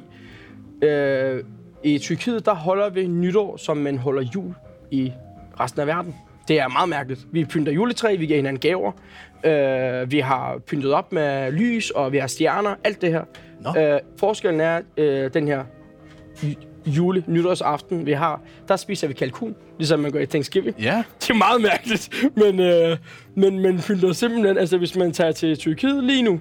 øh, i Tyrkiet, der holder vi nytår, som man holder jul i resten af verden. Det er meget mærkeligt. Vi pynter juletræ, vi giver hinanden gaver. Øh, vi har pyntet op med lys, og vi har stjerner, alt det her. No. Øh, forskellen er øh, den her jule, nytårsaften, vi har, der spiser vi kalkun, ligesom man gør i Thanksgiving. Ja. Det er meget mærkeligt, men, øh, men man pynter simpelthen, altså hvis man tager til Tyrkiet lige nu,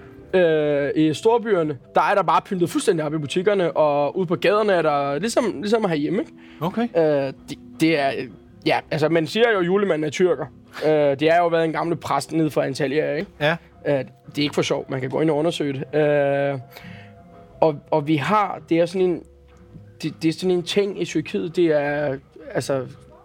øh, i storbyerne, der er der bare pyntet fuldstændig op i butikkerne, og ude på gaderne er der, ligesom, ligesom herhjemme, ikke? Okay. Øh, det, det er, ja, altså man siger jo, at julemanden er tyrker. Øh, det er jo været en gamle præst nede fra Antalya, ikke? Ja. Øh, det er ikke for sjov, man kan gå ind og undersøge det. Øh, og, og vi har, det er sådan en, Det, det er sådan en ting i Tyrkiet, det er, altså,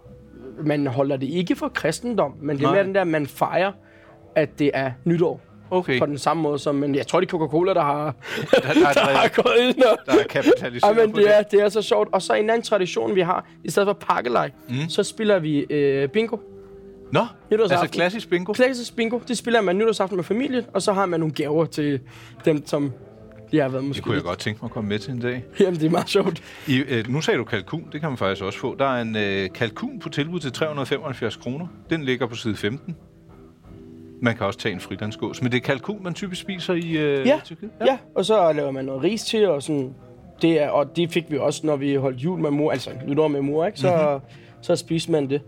man holder det ikke for kristendom, men det er mere den der, man fejrer, at det er nytår. Okay. På den samme måde som, men jeg tror, det er Coca-Cola, der har, der, der, der, der har gået ind og... Der er kapitaliseret ja, men på det. det. Er, det er så sjovt. Og så en anden tradition, vi har, i stedet for pakkelej, mm. så spiller vi øh, bingo. Nå, altså klassisk bingo? Klassisk bingo. Det spiller man nytårsaften med familien, og så har man nogle gaver til dem, som Det har været måske Det kunne jeg godt tænke mig at komme med til en dag. Jamen, det er meget sjovt. I, øh, nu sagde du kalkun, det kan man faktisk også få. Der er en øh, kalkun på tilbud til tre hundrede og femoghalvfjerds kroner. Den ligger på side femten. Man kan også tage en frilandsgås. Men det er kalkun, man typisk spiser i øh, ja. Tyrkiet? Ja. ja, og så laver man noget ris til, og sådan... Det er, og det fik vi også, når vi holdt jul med mor, altså nytår med mor, ikke? Så, mm-hmm. så spiste man det.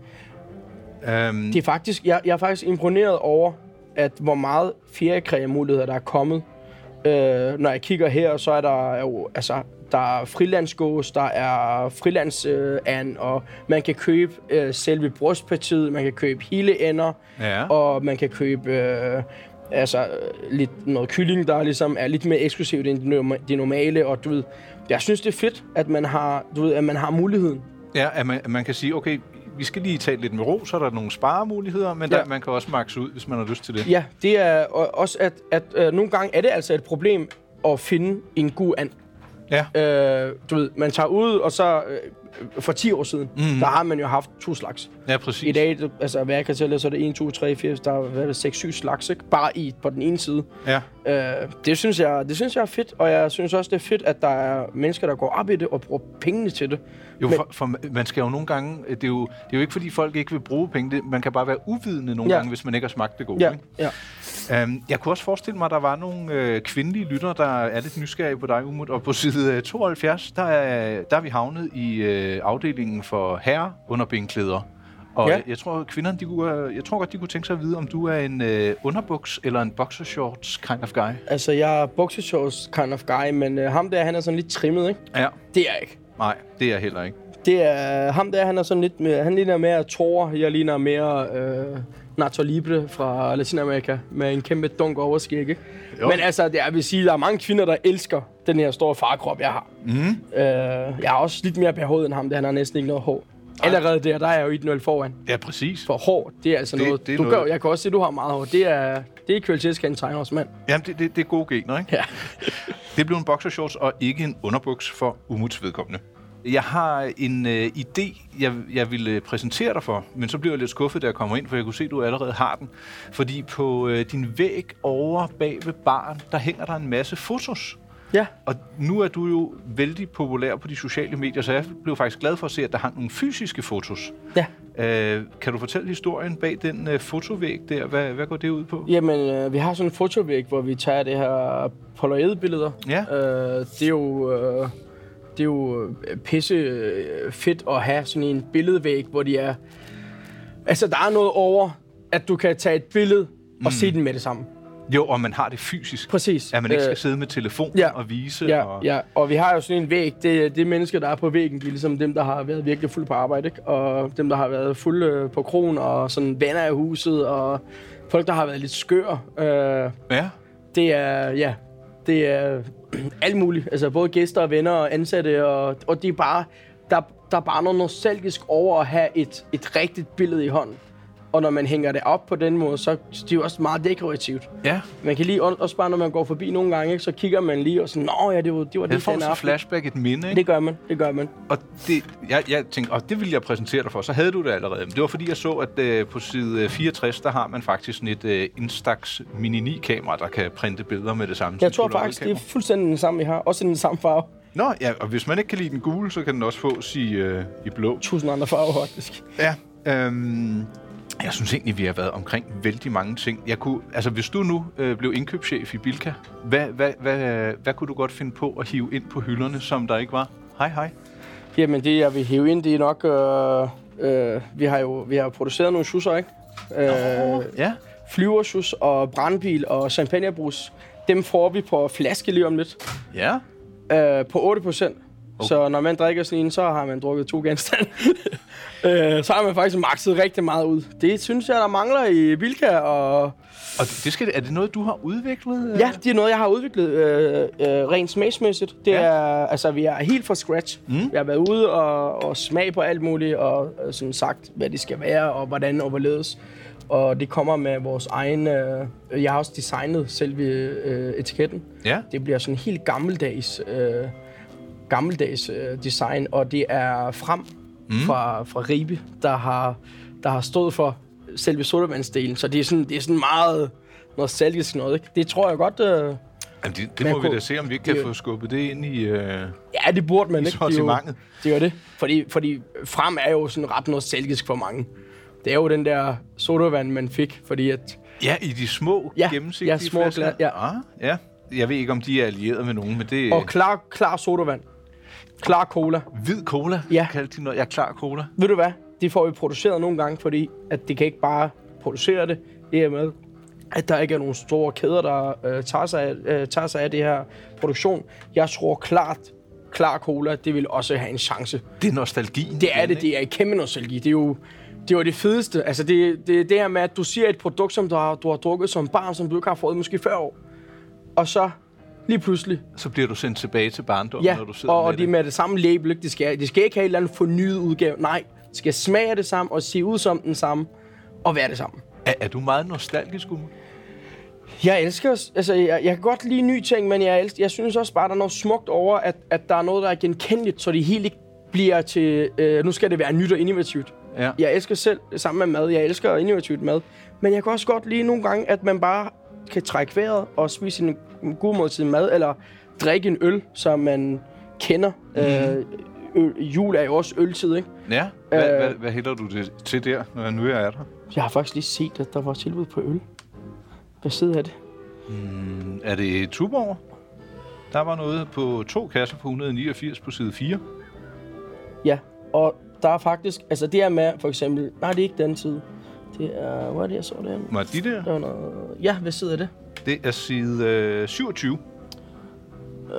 Um... Det er faktisk... Jeg, jeg er faktisk imponeret over, at hvor meget fjerkræmuligheder der er kommet. Uh, når jeg kigger her, så er der jo... Altså, der er frilandsgås, der er frilandsand, uh, og man kan købe uh, selve brystpartiet, man kan købe hele ender, ja. Og man kan købe uh, altså, lidt noget kylling, der ligesom er lidt mere eksklusivt end det normale, og du ved, jeg synes det er fedt, at man har, du ved, at man har muligheden. Ja, at man, at man kan sige, okay, vi skal lige tage lidt med ro, så er der nogle sparemuligheder, men ja. der, man kan også makse ud, hvis man har lyst til det. Ja, det er også, at, at uh, nogle gange er det altså et problem at finde en god and. Ja. Øh, du ved, man tager ud, og så øh, for ti år siden, mm-hmm. der har man jo haft to slags. Ja, præcis. I dag, altså hver kartel, så er det en, to, tre, fire, der er seks, syv slags, ikke? Bare i på den ene side. Ja. Øh, det, synes jeg, det synes jeg er fedt, og jeg synes også, det er fedt, at der er mennesker, der går op i det og bruger pengene til det. Jo, for, for man skal jo nogle gange, det er jo, det er jo ikke fordi folk ikke vil bruge penge, man kan bare være uvidende nogle ja. gange, hvis man ikke har smagt det gode. Ja. Ikke? Ja. Um, jeg kunne også forestille mig, at der var nogle øh, kvindelige lyttere, der er lidt nysgerrige på dig, Umut, og på side tooghalvfjerds, der er, der er vi havnet i øh, afdelingen for herre underbenklæder. Og ja. jeg, jeg tror, kvinderne, de kunne, jeg tror godt, de kunne tænke sig at vide, om du er en øh, underbuks eller en boxershorts kind of guy. Altså, jeg er boxershorts kind of guy, men øh, ham der, han er sådan lidt trimmet, ikke? Ja. Det er jeg ikke. Nej, det er jeg heller ikke. Det er ham der, han er sådan lidt mere, han ligner mere Thor, jeg ligner mere øh, Nacho Libre fra Latinamerika med en kæmpe dunk overskæg, ikke? Jo. Men altså, det er, jeg vil sige, der er mange kvinder, der elsker den her store farkrop, jeg har. Mm. Øh, jeg har også lidt mere behåret end ham, der han har næsten ikke noget hår. Allerede der, der er jeg jo et nul foran. Ja, præcis. For hår, det er altså det, noget... Det er du noget... Gør, jeg kan også se, at du har meget hår. Det er, det er kvalitetskendetegn hos mand. Jamen, det, det, det er gode gener, ikke? Ja. Det blev en boxershorts og ikke en underbuks for Umuts vedkommende. Jeg har en øh, idé, jeg, jeg ville præsentere dig for, men så blev jeg lidt skuffet, da jeg kommer ind, for jeg kunne se, at du allerede har den. Fordi på øh, din væg over bag ved baren, der hænger der en masse fotos. Ja. Og nu er du jo vældig populær på de sociale medier, så jeg blev faktisk glad for at se, at der hang nogle fysiske fotos. Ja. Øh, kan du fortælle historien bag den øh, fotovæg der? Hvad, hvad går det ud på? Jamen, øh, vi har sådan en fotovæg, hvor vi tager det her polaroid-billeder. Ja. Øh, det er jo... Øh Det er jo pisse fedt at have sådan en billedvæg, hvor de er... Altså, der er noget over, at du kan tage et billede og mm. se den med det samme. Jo, og man har det fysisk. Præcis. At man ikke skal øh, sidde med telefonen ja, og vise. Ja, og... ja, og vi har jo sådan en væg. Det, det mennesker, der er på væggen, det er ligesom dem, der har været virkelig fuld på arbejde, ikke? Og dem, der har været fulde på krogen, og sådan venner af huset, og folk, der har været lidt skør. Øh, ja. Det er... Ja, det er... alt muligt. Altså både gæster og venner og ansatte, og, og det er bare, der, der er bare noget nostalgisk over at have et, et rigtigt billede i hånden. Og når man hænger det op på den måde, så det er det jo også meget dekorativt. Ja. Man kan lige, også bare når man går forbi nogle gange, ikke, så kigger man lige og sådan, nå ja, det var det var det. Det får sådan et flashback, et minde, ikke? Det gør man, det gør man. Og det, jeg, jeg tænkte, og det ville jeg præsentere dig for, så havde du det allerede. Men det var fordi, jeg så, at uh, på side fireogtres, der har man faktisk sådan et uh, Instax Mini ni kamera, der kan printe billeder med det samme. Jeg tror faktisk, det er fuldstændig den samme, vi har. Også den samme farve. Nå, ja, og hvis man ikke kan lide den gule, så kan den også fås i, uh, i blå. Tusind andre farver, faktisk. Ja, øhm... Jeg synes egentlig, vi har været omkring vældig mange ting. Jeg kunne, altså, hvis du nu øh, blev indkøbschef i Bilka, hvad, hvad, hvad, hvad kunne du godt finde på at hive ind på hylderne, som der ikke var? Hej, hej. Jamen, det jeg vil hive ind, det er nok... Øh, øh, vi har jo vi har produceret nogle schusser, ikke? Øh, oh, ja. Flyverschus og brandbil og champagnebrus. Dem får vi på flaske lige om lidt. Ja. Øh, på otte procent. Okay. Så når man drikker sådan en, så har man drukket to genstande. øh, så har man faktisk makset rigtig meget ud. Det synes jeg, der mangler i Bilka. Og, og det skal, er det noget, du har udviklet? Ja, det er noget, jeg har udviklet øh, øh, rent smagsmæssigt. Det ja. er, altså, vi er helt fra scratch. Mm. Jeg har været ude og, og smage på alt muligt, og øh, sådan sagt, hvad det skal være, og hvordan overledes. Og det kommer med vores egen... Øh, jeg har også designet selve øh, etiketten. Ja. Det bliver sådan helt gammeldags... Øh, gammeldags øh, design, og det er Frem mm. fra, fra Ribe, der har, der har stået for selve sodavandsdelen. Så det er sådan, det er sådan meget nostalgisk noget, ikke? Det tror jeg godt... Øh... Jamen, det, det må kunne, vi da se, om vi ikke kan det, få skubbet det ind i øh, ja, det burde man ikke. sortimentet. Det er jo det. Fordi, fordi frem er jo sådan ret nostalgisk for mange. Det er jo den der sodavand, man fik, fordi at... Ja, i de små, ja, gennemsigtige ja, små flasker. Glas, ja. Ah, ja. Jeg ved ikke, om de er allieret med nogen, men det... Og klar, klar sodavand. Klar cola. Hvid cola? Ja. Kaldte de noget? Ja, klar cola. Ved du hvad? De får vi produceret nogle gange, fordi at de kan ikke bare producere det. Det er med, at der ikke er nogen store kæder, der øh, tager, sig af, øh, tager sig af det her produktion. Jeg tror klart, klar cola, det vil også have en chance. Det er nostalgien. Det er det. Det er en kæmpe nostalgi. Det er jo det, er jo det fedeste. Altså, det, det, det her med, at du siger et produkt, som du har, du har drukket som barn, som du ikke har fået måske fyrre år. Og så lige pludselig... Så bliver du sendt tilbage til barndommen, ja, når du sidder og, med og det. Ja, og med det samme label. Ikke? Det, skal, det skal ikke have en eller anden fornyet udgave. Nej, det skal smage det samme og se ud som den samme og være det samme. Er, er du meget nostalgisk, Umut? Jeg elsker... Altså, jeg, jeg kan godt lide nye ting, men jeg, elsker, jeg synes også bare, at der er noget smukt over, at, at der er noget, der er genkendeligt, så det helt ikke bliver til... Øh, nu skal det være nyt og innovativt. Ja. Jeg elsker selv det samme med mad. Jeg elsker innovativt mad. Men jeg kan også godt lide nogle gange, at man bare kan trække vejret og spise en god måltid mad, eller drikke en øl, som man kender. Mm. Øh, øl, jul er jo også øltid, ikke? Ja. Hvad, øh, hvad, hvad hælder du det til der, når nu er der? Jeg har faktisk lige set, at der var tilbud på øl. Hvad side er det? Mm, er det Tuborg? Der var noget på to kasser på et hundrede niogfirs på side fire. Ja, og der er faktisk... Altså det er med, for eksempel... Nej, det er ikke den side. Det er... Hvor er det, jeg så det? Var de der? Der var noget, ja, hvad side er det? Det er side øh, syvogtyve. Øh,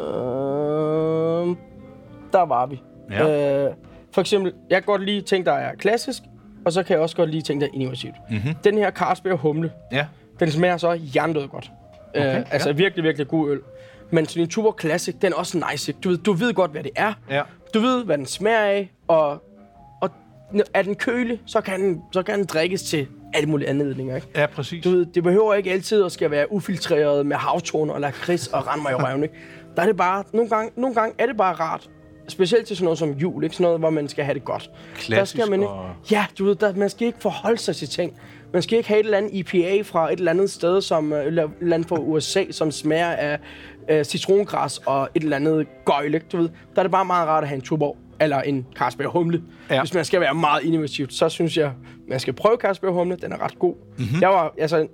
der var vi. Ja. Øh, for eksempel, jeg kan godt lide ting, der er klassisk, og så kan jeg også godt lide ting, der er innovativt. Mm-hmm. Den her Carlsberg humle, ja. Den smager så jerndød godt. Okay, øh, altså ja. virkelig, virkelig god øl. Men sådan en Tuborg Classic, den er også nice. Du ved, du ved godt, hvad det er. Ja. Du ved, hvad den smager af, og, og er den kølig, så kan den, så kan den drikkes til alle mulige anledninger, ikke? Ja, præcis. Du ved, det behøver ikke altid at skal være ufiltreret med havtorn og lakrids og rende mig i røven, ikke? Der er det bare, nogle gange, nogle gange er det bare rart. Specielt til sådan noget som jul, ikke? Sådan noget, hvor man skal have det godt. Klassisk der skal man ikke, og... Ja, du ved, der, man skal ikke forholde sig til ting. Man skal ikke have et eller andet I P A fra et eller andet sted, som et eller andet fra U S A, som smager af øh, citrongræs og et eller andet gøjl, ikke? Du ved, der er det bare meget rart at have en Tuborg eller en Carlsberg humle. Ja. Hvis man skal være meget innovativt, så synes jeg, man skal prøve Carlsberg humle. Den er ret god. Mm-hmm. Jeg var, altså...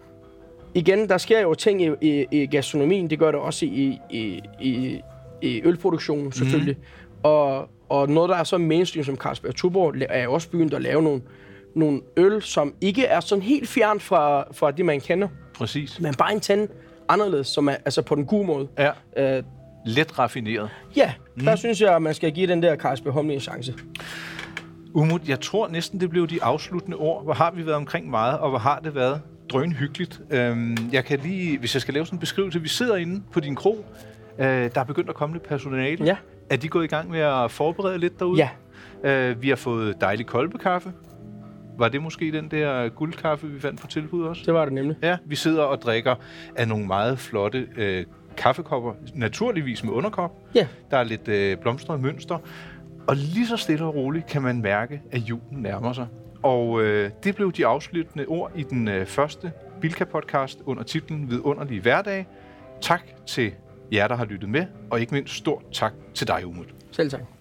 Igen, der sker jo ting i, i, i gastronomien. Det gør det også i, i, i, i ølproduktionen, selvfølgelig. Mm-hmm. Og, og noget, der er så mainstream som Carlsberg Tuborg, er jo også begyndt at lave nogle, nogle øl, som ikke er sådan helt fjernt fra, fra det, man kender. Præcis. Men bare en tand anderledes, som er altså på den gode måde. Ja. Øh, Let raffineret. Ja, mm. der synes jeg, at man skal give den der Carlsberg humle en chance. Umut, jeg tror næsten, det blev de afsluttende ord. Hvor har vi været omkring meget, og hvor har det været drønhyggeligt. Øhm, jeg kan lige, hvis jeg skal lave sådan en beskrivelse, vi sidder inde på din krog. Øh, der er begyndt at komme lidt personale. Ja. Er de gået i gang med at forberede lidt derude? Ja. Øh, vi har fået dejlig kolbekaffe. Var det måske den der guldkaffe, vi fandt på tilbud også? Det var det nemlig. Ja, vi sidder og drikker af nogle meget flotte øh, kaffekopper. Naturligvis med underkop. Ja. Der er lidt øh, blomstret mønster. Og lige så stille og roligt kan man mærke, at julen nærmer sig. Og øh, det blev de afsluttende ord i den øh, første Bilka-podcast under titlen Vidunderlige Hverdage. Tak til jer, der har lyttet med, og ikke mindst stort tak til dig, Umut. Selv tak.